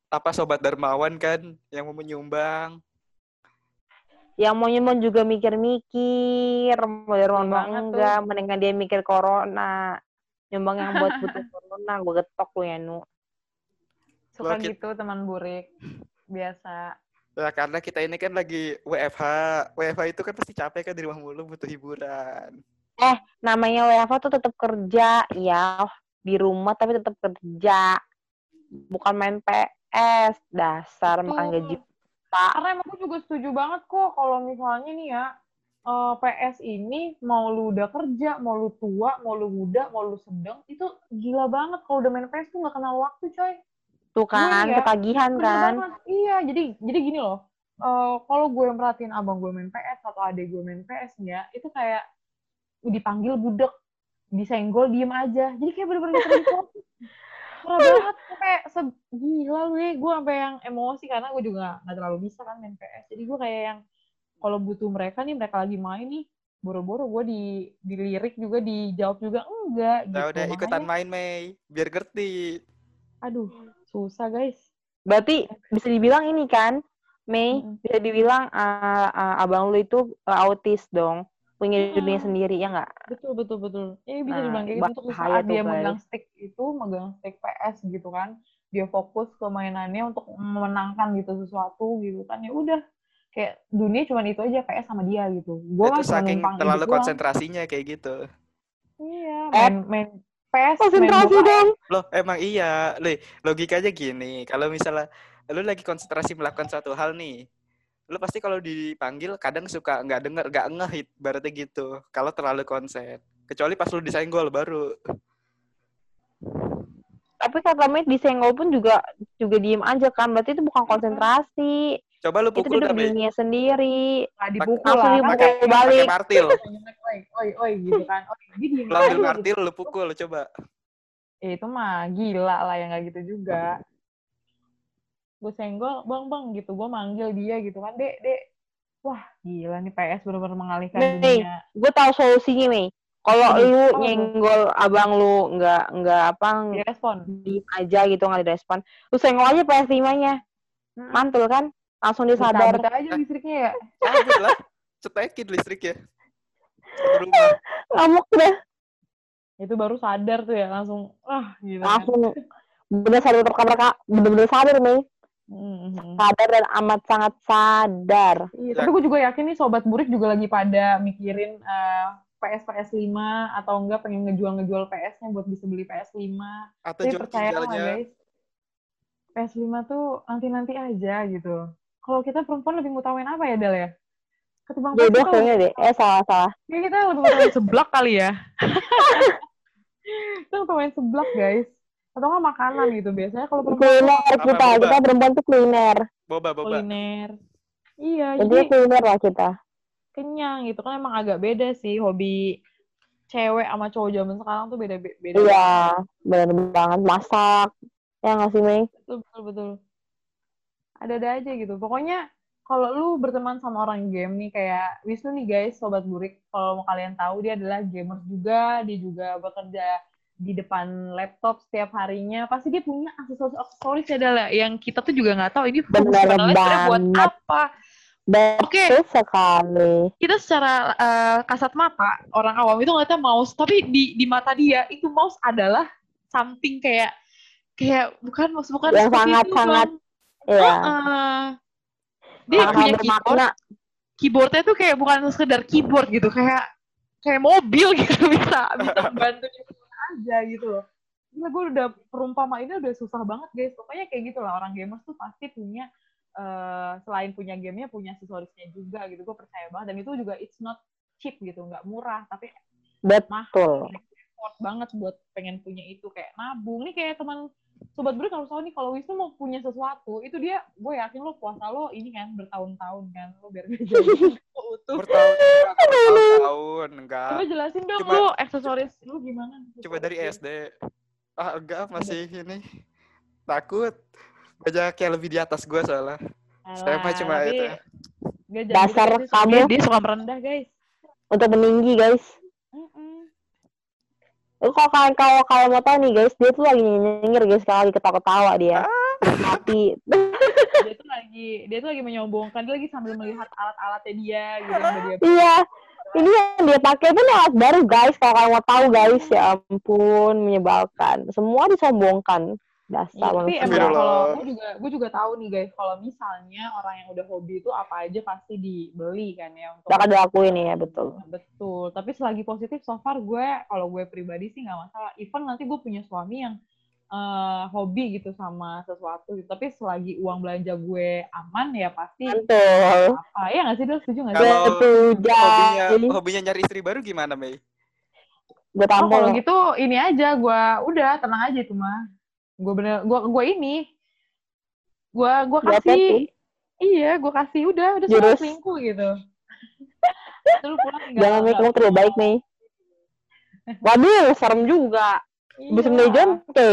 [SPEAKER 3] sobat dermawan kan yang mau menyumbang.
[SPEAKER 1] Yang mau nyumbang juga mikir-mikir, mau dermawan
[SPEAKER 5] Betul
[SPEAKER 1] mau
[SPEAKER 5] banget
[SPEAKER 1] enggak, mendingan dia mikir corona. Nyumbang yang buat butuh corona, gue getok lu ya, Nu.
[SPEAKER 5] Suka
[SPEAKER 3] Gua
[SPEAKER 5] gitu teman burik. Biasa.
[SPEAKER 3] Ya karena kita ini kan lagi WFH. WFH itu kan pasti capek kan di rumah mulu, butuh hiburan.
[SPEAKER 1] Namanya WFH tuh tetap kerja, ya. Di rumah tapi tetap kerja. Bukan main PS. Dasar makan gaji.
[SPEAKER 5] Karena emang gue juga setuju banget kok kalau misalnya nih ya, PS ini mau lu udah kerja, mau lu tua, mau lu muda, mau lu sedang, itu gila banget kalau udah main PS tuh gak kenal waktu, coy.
[SPEAKER 1] Tuh kan,
[SPEAKER 5] Gue nih ya,
[SPEAKER 1] ketagihan
[SPEAKER 5] bener
[SPEAKER 1] kan.
[SPEAKER 5] banget. Iya, jadi gini loh. Kalau gue merhatiin abang gue main PS atau adik gue main PS ya, itu kayak dipanggil budek, disenggol diem aja. Jadi kayak bener-bener diteriak. Parah banget, kayak gila gue sampai yang emosi karena gue juga nggak terlalu bisa kan main PS. Jadi gue kayak yang kalau butuh mereka nih, mereka lagi main nih, boro-boro gue dilirik juga, dijawab juga enggak gitu.
[SPEAKER 3] Ya udah ikutan
[SPEAKER 5] Makanya,
[SPEAKER 3] main Mei, biar ngerti.
[SPEAKER 5] aduh, susah guys.
[SPEAKER 1] Berarti bisa dibilang ini kan, Mei,
[SPEAKER 5] Mm-mm.
[SPEAKER 1] bisa dibilang abang lu itu autis dong. Punya dunia
[SPEAKER 5] Mm-mm.
[SPEAKER 1] sendiri, ya nggak?
[SPEAKER 5] Betul. Ini bisa
[SPEAKER 1] Nah,
[SPEAKER 5] dibilang kayak gitu untuk
[SPEAKER 1] bahaya
[SPEAKER 5] saat
[SPEAKER 1] tuh,
[SPEAKER 5] dia
[SPEAKER 1] guys.
[SPEAKER 5] megang stick PS gitu kan. Dia fokus ke mainannya untuk memenangkan gitu sesuatu gitu kan. Ya udah, kayak dunia cuma itu aja, PS sama dia gitu. Gue
[SPEAKER 3] Itu
[SPEAKER 5] mah cuma
[SPEAKER 3] saking
[SPEAKER 5] numpang
[SPEAKER 3] terlalu
[SPEAKER 5] hidup doang.
[SPEAKER 3] konsentrasinya kayak gitu.
[SPEAKER 5] Iya, main PS, main
[SPEAKER 1] Konsentrasi
[SPEAKER 5] mobile.
[SPEAKER 1] dong.
[SPEAKER 3] Loh, emang iya. Logikanya gini, kalau misalnya lu lagi konsentrasi melakukan suatu hal nih, lu pasti kalau dipanggil kadang suka nggak denger, nggak ngeh berarti gitu. Kalau terlalu konsen. Kecuali pas lu disenggol baru.
[SPEAKER 1] Tapi kata Mei disenggol pun juga diem aja kan. Berarti itu bukan konsentrasi.
[SPEAKER 3] Coba lu
[SPEAKER 1] Itu
[SPEAKER 3] pukul
[SPEAKER 1] dia
[SPEAKER 3] dah,
[SPEAKER 1] di
[SPEAKER 3] Mei.
[SPEAKER 1] dunia sendiri.
[SPEAKER 5] Nggak dipukul
[SPEAKER 1] Langsung
[SPEAKER 5] lah.
[SPEAKER 1] dipukul
[SPEAKER 5] Kan
[SPEAKER 1] balik.
[SPEAKER 3] Pakai martil.
[SPEAKER 5] oi gitu kan. Dia diem
[SPEAKER 3] Lu ambil
[SPEAKER 5] aja
[SPEAKER 3] martil,
[SPEAKER 5] gitu.
[SPEAKER 3] lu pukul, coba.
[SPEAKER 5] Itu mah gila lah yang nggak gitu juga. Gue senggol, bang gitu. Gue manggil dia gitu kan. Dek. Wah, gila nih PS benar-benar mengalihkan
[SPEAKER 1] Mei,
[SPEAKER 5] dunia.
[SPEAKER 1] gue tahu solusinya, Mei. Kalau
[SPEAKER 5] Aduh,
[SPEAKER 1] lu
[SPEAKER 5] apa tuh?
[SPEAKER 1] nyenggol abang lu nggak
[SPEAKER 5] Direspon.
[SPEAKER 1] diem aja gitu, nggak direspon, lu senggol aja PS5-nya. Mantul kan? Langsung dia sadar.
[SPEAKER 5] Cabut aja listriknya ya.
[SPEAKER 3] Cabut lah. Cetekin listriknya. Satu rumah.
[SPEAKER 1] Ngamuk deh.
[SPEAKER 5] Itu baru sadar tuh ya, langsung gitu kan.
[SPEAKER 1] Langsung bener sadar terkabrak, bener-bener sadar, Mei. Sadar dan amat sangat sadar.
[SPEAKER 5] Iya, tapi gue juga yakin nih sobat burik juga lagi pada mikirin PS5 atau enggak pengen ngejual PS-nya buat bisa beli PS5.
[SPEAKER 3] Atau
[SPEAKER 5] Tapi
[SPEAKER 3] jual
[SPEAKER 5] percaya lah
[SPEAKER 3] ginjalnya.
[SPEAKER 5] guys, PS5 tuh nanti-nanti aja gitu. Kalau kita perempuan lebih ngutamain apa ya, Del ya? Ketimbang PS
[SPEAKER 1] Jodoh
[SPEAKER 5] tuh,
[SPEAKER 1] kayaknya deh. Salah.
[SPEAKER 5] kayak kita lebih ngutamain seblak kali ya. Kita ngutamain seblak guys. Atau nggak makanan gitu. Biasanya kalau perempuan tuh
[SPEAKER 1] Kuliner kita
[SPEAKER 3] boba?
[SPEAKER 1] perempuan tuh kuliner.
[SPEAKER 3] Boba.
[SPEAKER 5] kuliner. Iya,
[SPEAKER 1] Jadi
[SPEAKER 5] jadi
[SPEAKER 1] kuliner lah kita.
[SPEAKER 5] kenyang gitu kan. Emang agak beda sih hobi cewek sama cowok zaman sekarang tuh beda.
[SPEAKER 1] Iya, bener banget. Masak. Ya nggak sih, Mei?
[SPEAKER 5] Betul. Ada aja gitu. Pokoknya kalau lu berteman sama orang game nih kayak Wisnu nih guys, sobat burik. Kalau mau kalian tahu dia adalah gamer juga, dia juga bekerja di depan laptop setiap harinya. Pasti dia punya aksesoris adalah yang kita tuh juga nggak tahu ini fungsionalnya sebenarnya buat apa.
[SPEAKER 1] Betul sekali.
[SPEAKER 5] Kita secara kasat mata orang awam itu ngeliatnya mouse, tapi di mata dia itu mouse adalah something kayak bukan
[SPEAKER 1] yang
[SPEAKER 5] seperti
[SPEAKER 1] sangat ya.
[SPEAKER 5] Dia punya keyboardnya tuh kayak bukan sekedar keyboard gitu, kayak mobil gitu, bisa membantu aja gitu loh. Gila, gue udah perumpamainnya udah susah banget guys. Pokoknya kayak gitu lah, orang gamers tuh pasti punya selain punya gamenya punya aksesorisnya juga gitu. Gue percaya banget, dan itu juga it's not cheap gitu, nggak murah, tapi
[SPEAKER 1] betul.
[SPEAKER 5] Effort banget buat pengen punya itu, kayak nabung nih. Kayak teman sobat burik harus tahu nih, kalau Wisnu mau punya sesuatu itu dia, gue yakin lo puasa lo ini kan bertahun-tahun kan, lo biar gak jadi utuh
[SPEAKER 3] bertahun-tahun enggak.
[SPEAKER 5] Coba jelasin dong lo aksesoris lu gimana?
[SPEAKER 3] Coba dari SD. Enggak, masih ini takut banyak yang lebih di atas gue soalnya. Saya mah cuma itu.
[SPEAKER 1] Dasar kamu.
[SPEAKER 5] Dia suka merendah guys.
[SPEAKER 1] Untuk meninggi guys. Kalau mau tahu nih guys, dia tuh lagi nyengir guys, sekali lagi ketawa-ketawa dia. mati.
[SPEAKER 5] Dia tuh lagi menyombongkan, dia lagi sambil melihat alat-alatnya dia gitu yang udah dia
[SPEAKER 1] Iya, ini yang dia pakai pun alat baru guys. Kalau kalian mau tahu guys, ya ampun, menyebalkan. Semua disombongkan.
[SPEAKER 5] Iya,
[SPEAKER 1] Dasar
[SPEAKER 5] tapi
[SPEAKER 1] manusia.
[SPEAKER 5] emang
[SPEAKER 3] Astagfirullah.
[SPEAKER 5] kalau gue juga tahu nih guys, kalau misalnya orang yang udah hobi itu apa aja pasti dibeli kan ya untuk
[SPEAKER 1] Bakal dilakuin ya, betul.
[SPEAKER 5] betul. Tapi selagi positif, so far kalau gue pribadi sih nggak masalah. Even nanti gue punya suami yang hobi gitu sama sesuatu gitu. Tapi selagi uang belanja gue aman ya pasti
[SPEAKER 1] Mantul.
[SPEAKER 5] apa ya nggak sih, Del? Setuju nggak sih?
[SPEAKER 3] Kalau
[SPEAKER 1] Betul,
[SPEAKER 3] hobinya nyari istri baru gimana, Mei?
[SPEAKER 1] Gue
[SPEAKER 5] Oh, kalau
[SPEAKER 1] tampol.
[SPEAKER 5] gitu ini aja, gue udah tenang aja itu mah. Gue kasih, iya gue kasih udah semua
[SPEAKER 1] Jurus.
[SPEAKER 5] selingkuh gitu. Terus pulang
[SPEAKER 1] Jangan Mei, kamu terlalu baik Mei. Waduh, serem juga. Bisa menjadi jonte.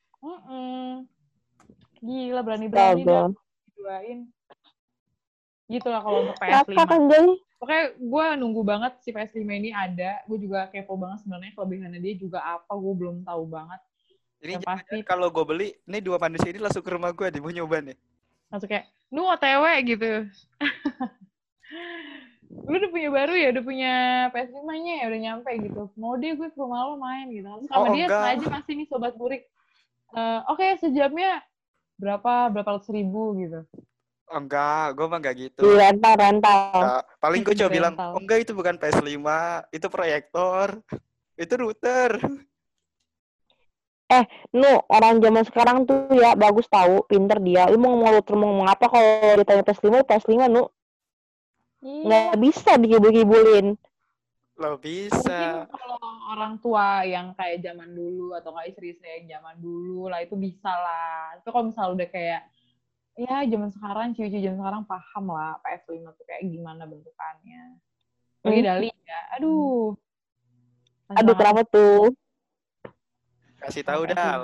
[SPEAKER 5] Gila, berani-berani dah
[SPEAKER 1] Astaga.
[SPEAKER 5] diduain. Gitu lah kalau untuk PS5.
[SPEAKER 1] Kakak kan jadi.
[SPEAKER 5] Pokoknya gue nunggu banget si PS5 ini ada. Gue juga kepo banget sebenarnya kelebihannya dia juga apa. Gue belum tahu banget.
[SPEAKER 3] Ini
[SPEAKER 5] Yang pasti
[SPEAKER 3] kalau gue beli, ini dua manusia ini langsung ke rumah gue nih, mau nyoba nih.
[SPEAKER 5] langsung kayak, nu OTW gitu. Lu udah punya baru ya, udah punya PS5-nya ya, udah nyampe gitu. Mau deh gue ke rumah lo main gitu. Terus sama dia
[SPEAKER 3] enggak.
[SPEAKER 5] sengaja masih nih Sobat Burik. Oke, sejamnya berapa ratus ribu gitu.
[SPEAKER 3] Enggak, gue mah enggak gitu.
[SPEAKER 1] Di rental.
[SPEAKER 3] Enggak. Paling gue coba bilang,
[SPEAKER 5] Rental.
[SPEAKER 3] oh enggak itu bukan PS5, itu proyektor, itu router.
[SPEAKER 1] Orang zaman sekarang tuh ya bagus tahu, pinter dia. Lu mau ngomong apa kalau ditanya PS5,
[SPEAKER 5] Iya.
[SPEAKER 1] nggak bisa dikibul-kibulin.
[SPEAKER 3] Lo bisa.
[SPEAKER 5] Mungkin kalau orang tua yang kayak zaman dulu atau kayak istri-istri yang zaman dulu lah itu bisa lah. Tapi kalau misalnya udah kayak ya zaman sekarang, ciwi-ciwi zaman sekarang paham lah PS5 tuh kayak gimana bentukannya. Lagi Dali ya. Aduh.
[SPEAKER 1] Kenapa tuh?
[SPEAKER 3] Kasih tahu dah.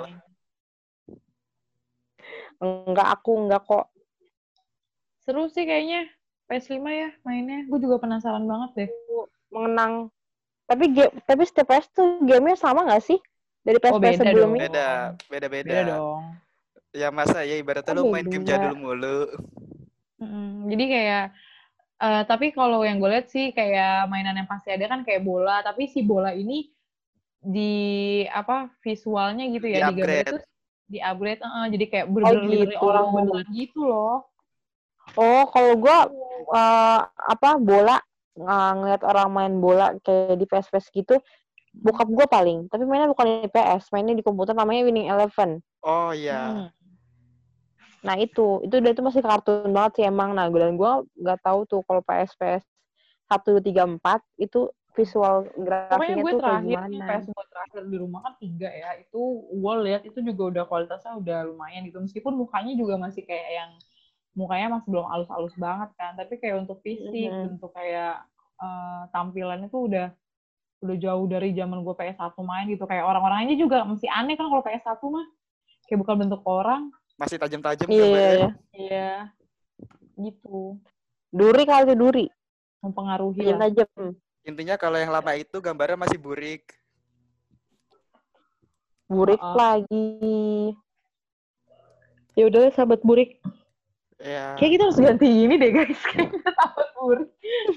[SPEAKER 1] Enggak kok.
[SPEAKER 5] Seru sih kayaknya PS5 ya mainnya. Gue juga penasaran banget deh.
[SPEAKER 1] Mengenang. Tapi setiap PS tuh gamenya sama nggak sih? Dari PS
[SPEAKER 5] beda
[SPEAKER 1] sebelumnya?
[SPEAKER 5] dong.
[SPEAKER 3] Beda.
[SPEAKER 5] Beda dong.
[SPEAKER 3] Ya masa ya ibaratnya lu main game jadul mulu.
[SPEAKER 5] Jadi kayak tapi kalau yang gue lihat sih kayak mainan yang pasti ada kan kayak bola, tapi si bola ini di visualnya gitu ya, di gambar itu di upgrade, jadi kayak bener-bener
[SPEAKER 1] gitu.
[SPEAKER 5] orang beneran gitu loh.
[SPEAKER 1] Oh, kalau gue bola ngeliat orang main bola kayak di PS gitu, bokap gue paling. Tapi mainnya bukan di PS, mainnya di komputer namanya Winning Eleven.
[SPEAKER 3] Oh iya.
[SPEAKER 1] Nah itu masih kartun banget sih emang. Nah dan gue nggak tahu tuh kalau PS 1, 2, 3, 4 itu visual grafiknya tuh kayak gimana.
[SPEAKER 5] Pokoknya PS gue terakhir di rumah kan 3 ya. Itu gue lihat itu juga udah kualitasnya udah lumayan gitu. Meskipun mukanya juga masih kayak yang mukanya masih belum halus-halus banget kan. Tapi kayak untuk fisik, untuk kayak tampilannya tuh udah jauh dari zaman gue PS1 main gitu. Kayak orang-orang ini juga masih aneh kan kalau PS1 mah. Kayak bukan bentuk orang.
[SPEAKER 3] Masih tajam-tajam
[SPEAKER 1] gambarnya.
[SPEAKER 5] Iya. Gitu.
[SPEAKER 1] Duri kali itu duri.
[SPEAKER 5] Mempengaruhi lah.
[SPEAKER 1] Tajam.
[SPEAKER 3] Intinya kalau yang lama itu gambarnya masih burik.
[SPEAKER 1] Burik lagi. Ya udah sahabat burik.
[SPEAKER 3] Ya.
[SPEAKER 5] Kayak kita harus ganti ini deh guys. Sahabat burik.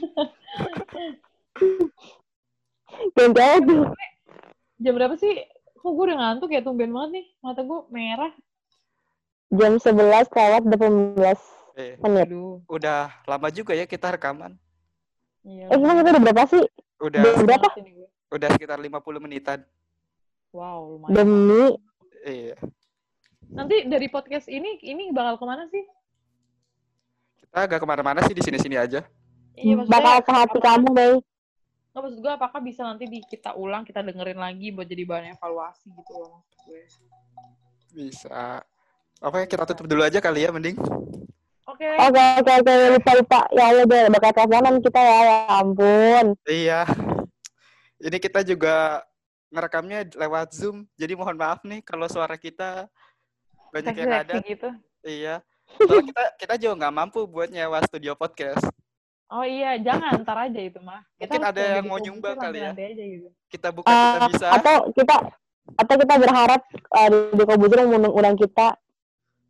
[SPEAKER 1] Ganti aja tuh.
[SPEAKER 5] Jam berapa sih? Kok gue udah ngantuk ya, tumben banget nih. Mata gue merah.
[SPEAKER 1] Jam 11 lewat 18 menit.
[SPEAKER 3] Udah lama juga ya kita rekaman.
[SPEAKER 5] Iya,
[SPEAKER 1] kita udah berapa sih?
[SPEAKER 3] Udah sekitar 50 menitan.
[SPEAKER 5] Wow, lumayan.
[SPEAKER 1] Demi.
[SPEAKER 3] Iya.
[SPEAKER 5] Nanti dari podcast ini bakal kemana sih?
[SPEAKER 3] Kita agak kemana-mana sih, di sini-sini aja.
[SPEAKER 5] Iya,
[SPEAKER 1] bakal ke hati kamu, Bay.
[SPEAKER 5] Nggak, maksud gue apakah bisa nanti kita ulang, kita dengerin lagi buat jadi bahan evaluasi gitu loh maksud gue.
[SPEAKER 3] Bisa. Oke, kita tutup dulu aja kali ya, mending.
[SPEAKER 5] Oke,
[SPEAKER 1] lupa. Ya Allah, deh, bakal teleponan kita ya ampun.
[SPEAKER 3] Iya. Ini kita juga ngerekamnya lewat Zoom, jadi mohon maaf nih kalau suara kita banyak yang ada.
[SPEAKER 5] Gitu.
[SPEAKER 3] Iya. Soalnya kita juga nggak mampu buat nyewa studio podcast.
[SPEAKER 5] Oh iya, jangan, ntar aja itu mah.
[SPEAKER 3] Mungkin ada yang mau nyumbang kali ya.
[SPEAKER 5] Aja gitu.
[SPEAKER 3] Kita buka, kita bisa.
[SPEAKER 1] Atau kita berharap di Kobuzer mengundang kita.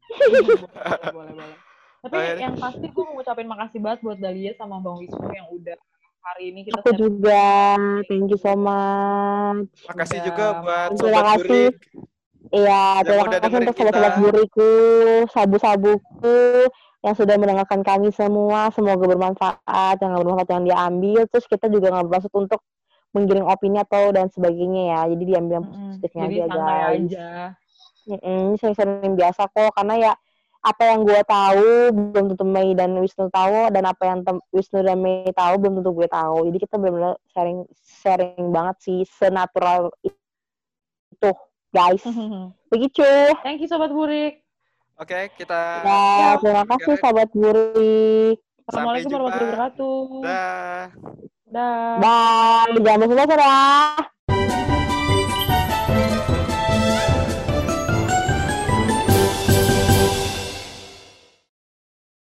[SPEAKER 5] Boleh. Tapi
[SPEAKER 3] Oh, ya.
[SPEAKER 5] yang pasti gue mau ngucapin makasih banget buat Dahlia sama Bang Wisnu yang udah hari ini kita
[SPEAKER 1] Aku
[SPEAKER 5] sharing.
[SPEAKER 1] juga, thank you so much.
[SPEAKER 3] Makasih
[SPEAKER 5] Udah
[SPEAKER 3] juga buat
[SPEAKER 1] Terima
[SPEAKER 3] Sobat
[SPEAKER 1] kasih.
[SPEAKER 3] Burik
[SPEAKER 1] Iya,
[SPEAKER 3] yang
[SPEAKER 1] terima
[SPEAKER 3] udah
[SPEAKER 1] kasih
[SPEAKER 3] dengerin
[SPEAKER 1] untuk sobat-sobat
[SPEAKER 3] kita.
[SPEAKER 1] buriku, sabu-sabuku yang sudah mendengarkan kami semua. Semoga bermanfaat, yang nggak bermanfaat yang diambil. Terus kita juga nggak bermaksud untuk menggiring opini atau dan sebagainya ya. Jadi diambil yang positifnya
[SPEAKER 5] Jadi
[SPEAKER 1] aja,
[SPEAKER 5] santai
[SPEAKER 1] guys.
[SPEAKER 5] aja.
[SPEAKER 1] Ini sering-sering biasa kok, karena ya apa yang gue tahu belum tentu Mei dan Wisnu tahu, dan apa yang Wisnu dan Mei tahu belum tentu gue tahu. Jadi kita benar-benar sharing banget sih, senatural itu, guys. Begitu.
[SPEAKER 5] Thank you Sobat Burik.
[SPEAKER 3] Oke, kita
[SPEAKER 1] Ya, terima kasih Sobat Burik.
[SPEAKER 3] sampai
[SPEAKER 5] Assalamualaikum
[SPEAKER 3] jumpa.
[SPEAKER 5] warahmatullahi wabarakatuh.
[SPEAKER 3] Dah.
[SPEAKER 5] Dah.
[SPEAKER 1] Bye. Jangan lupa ya.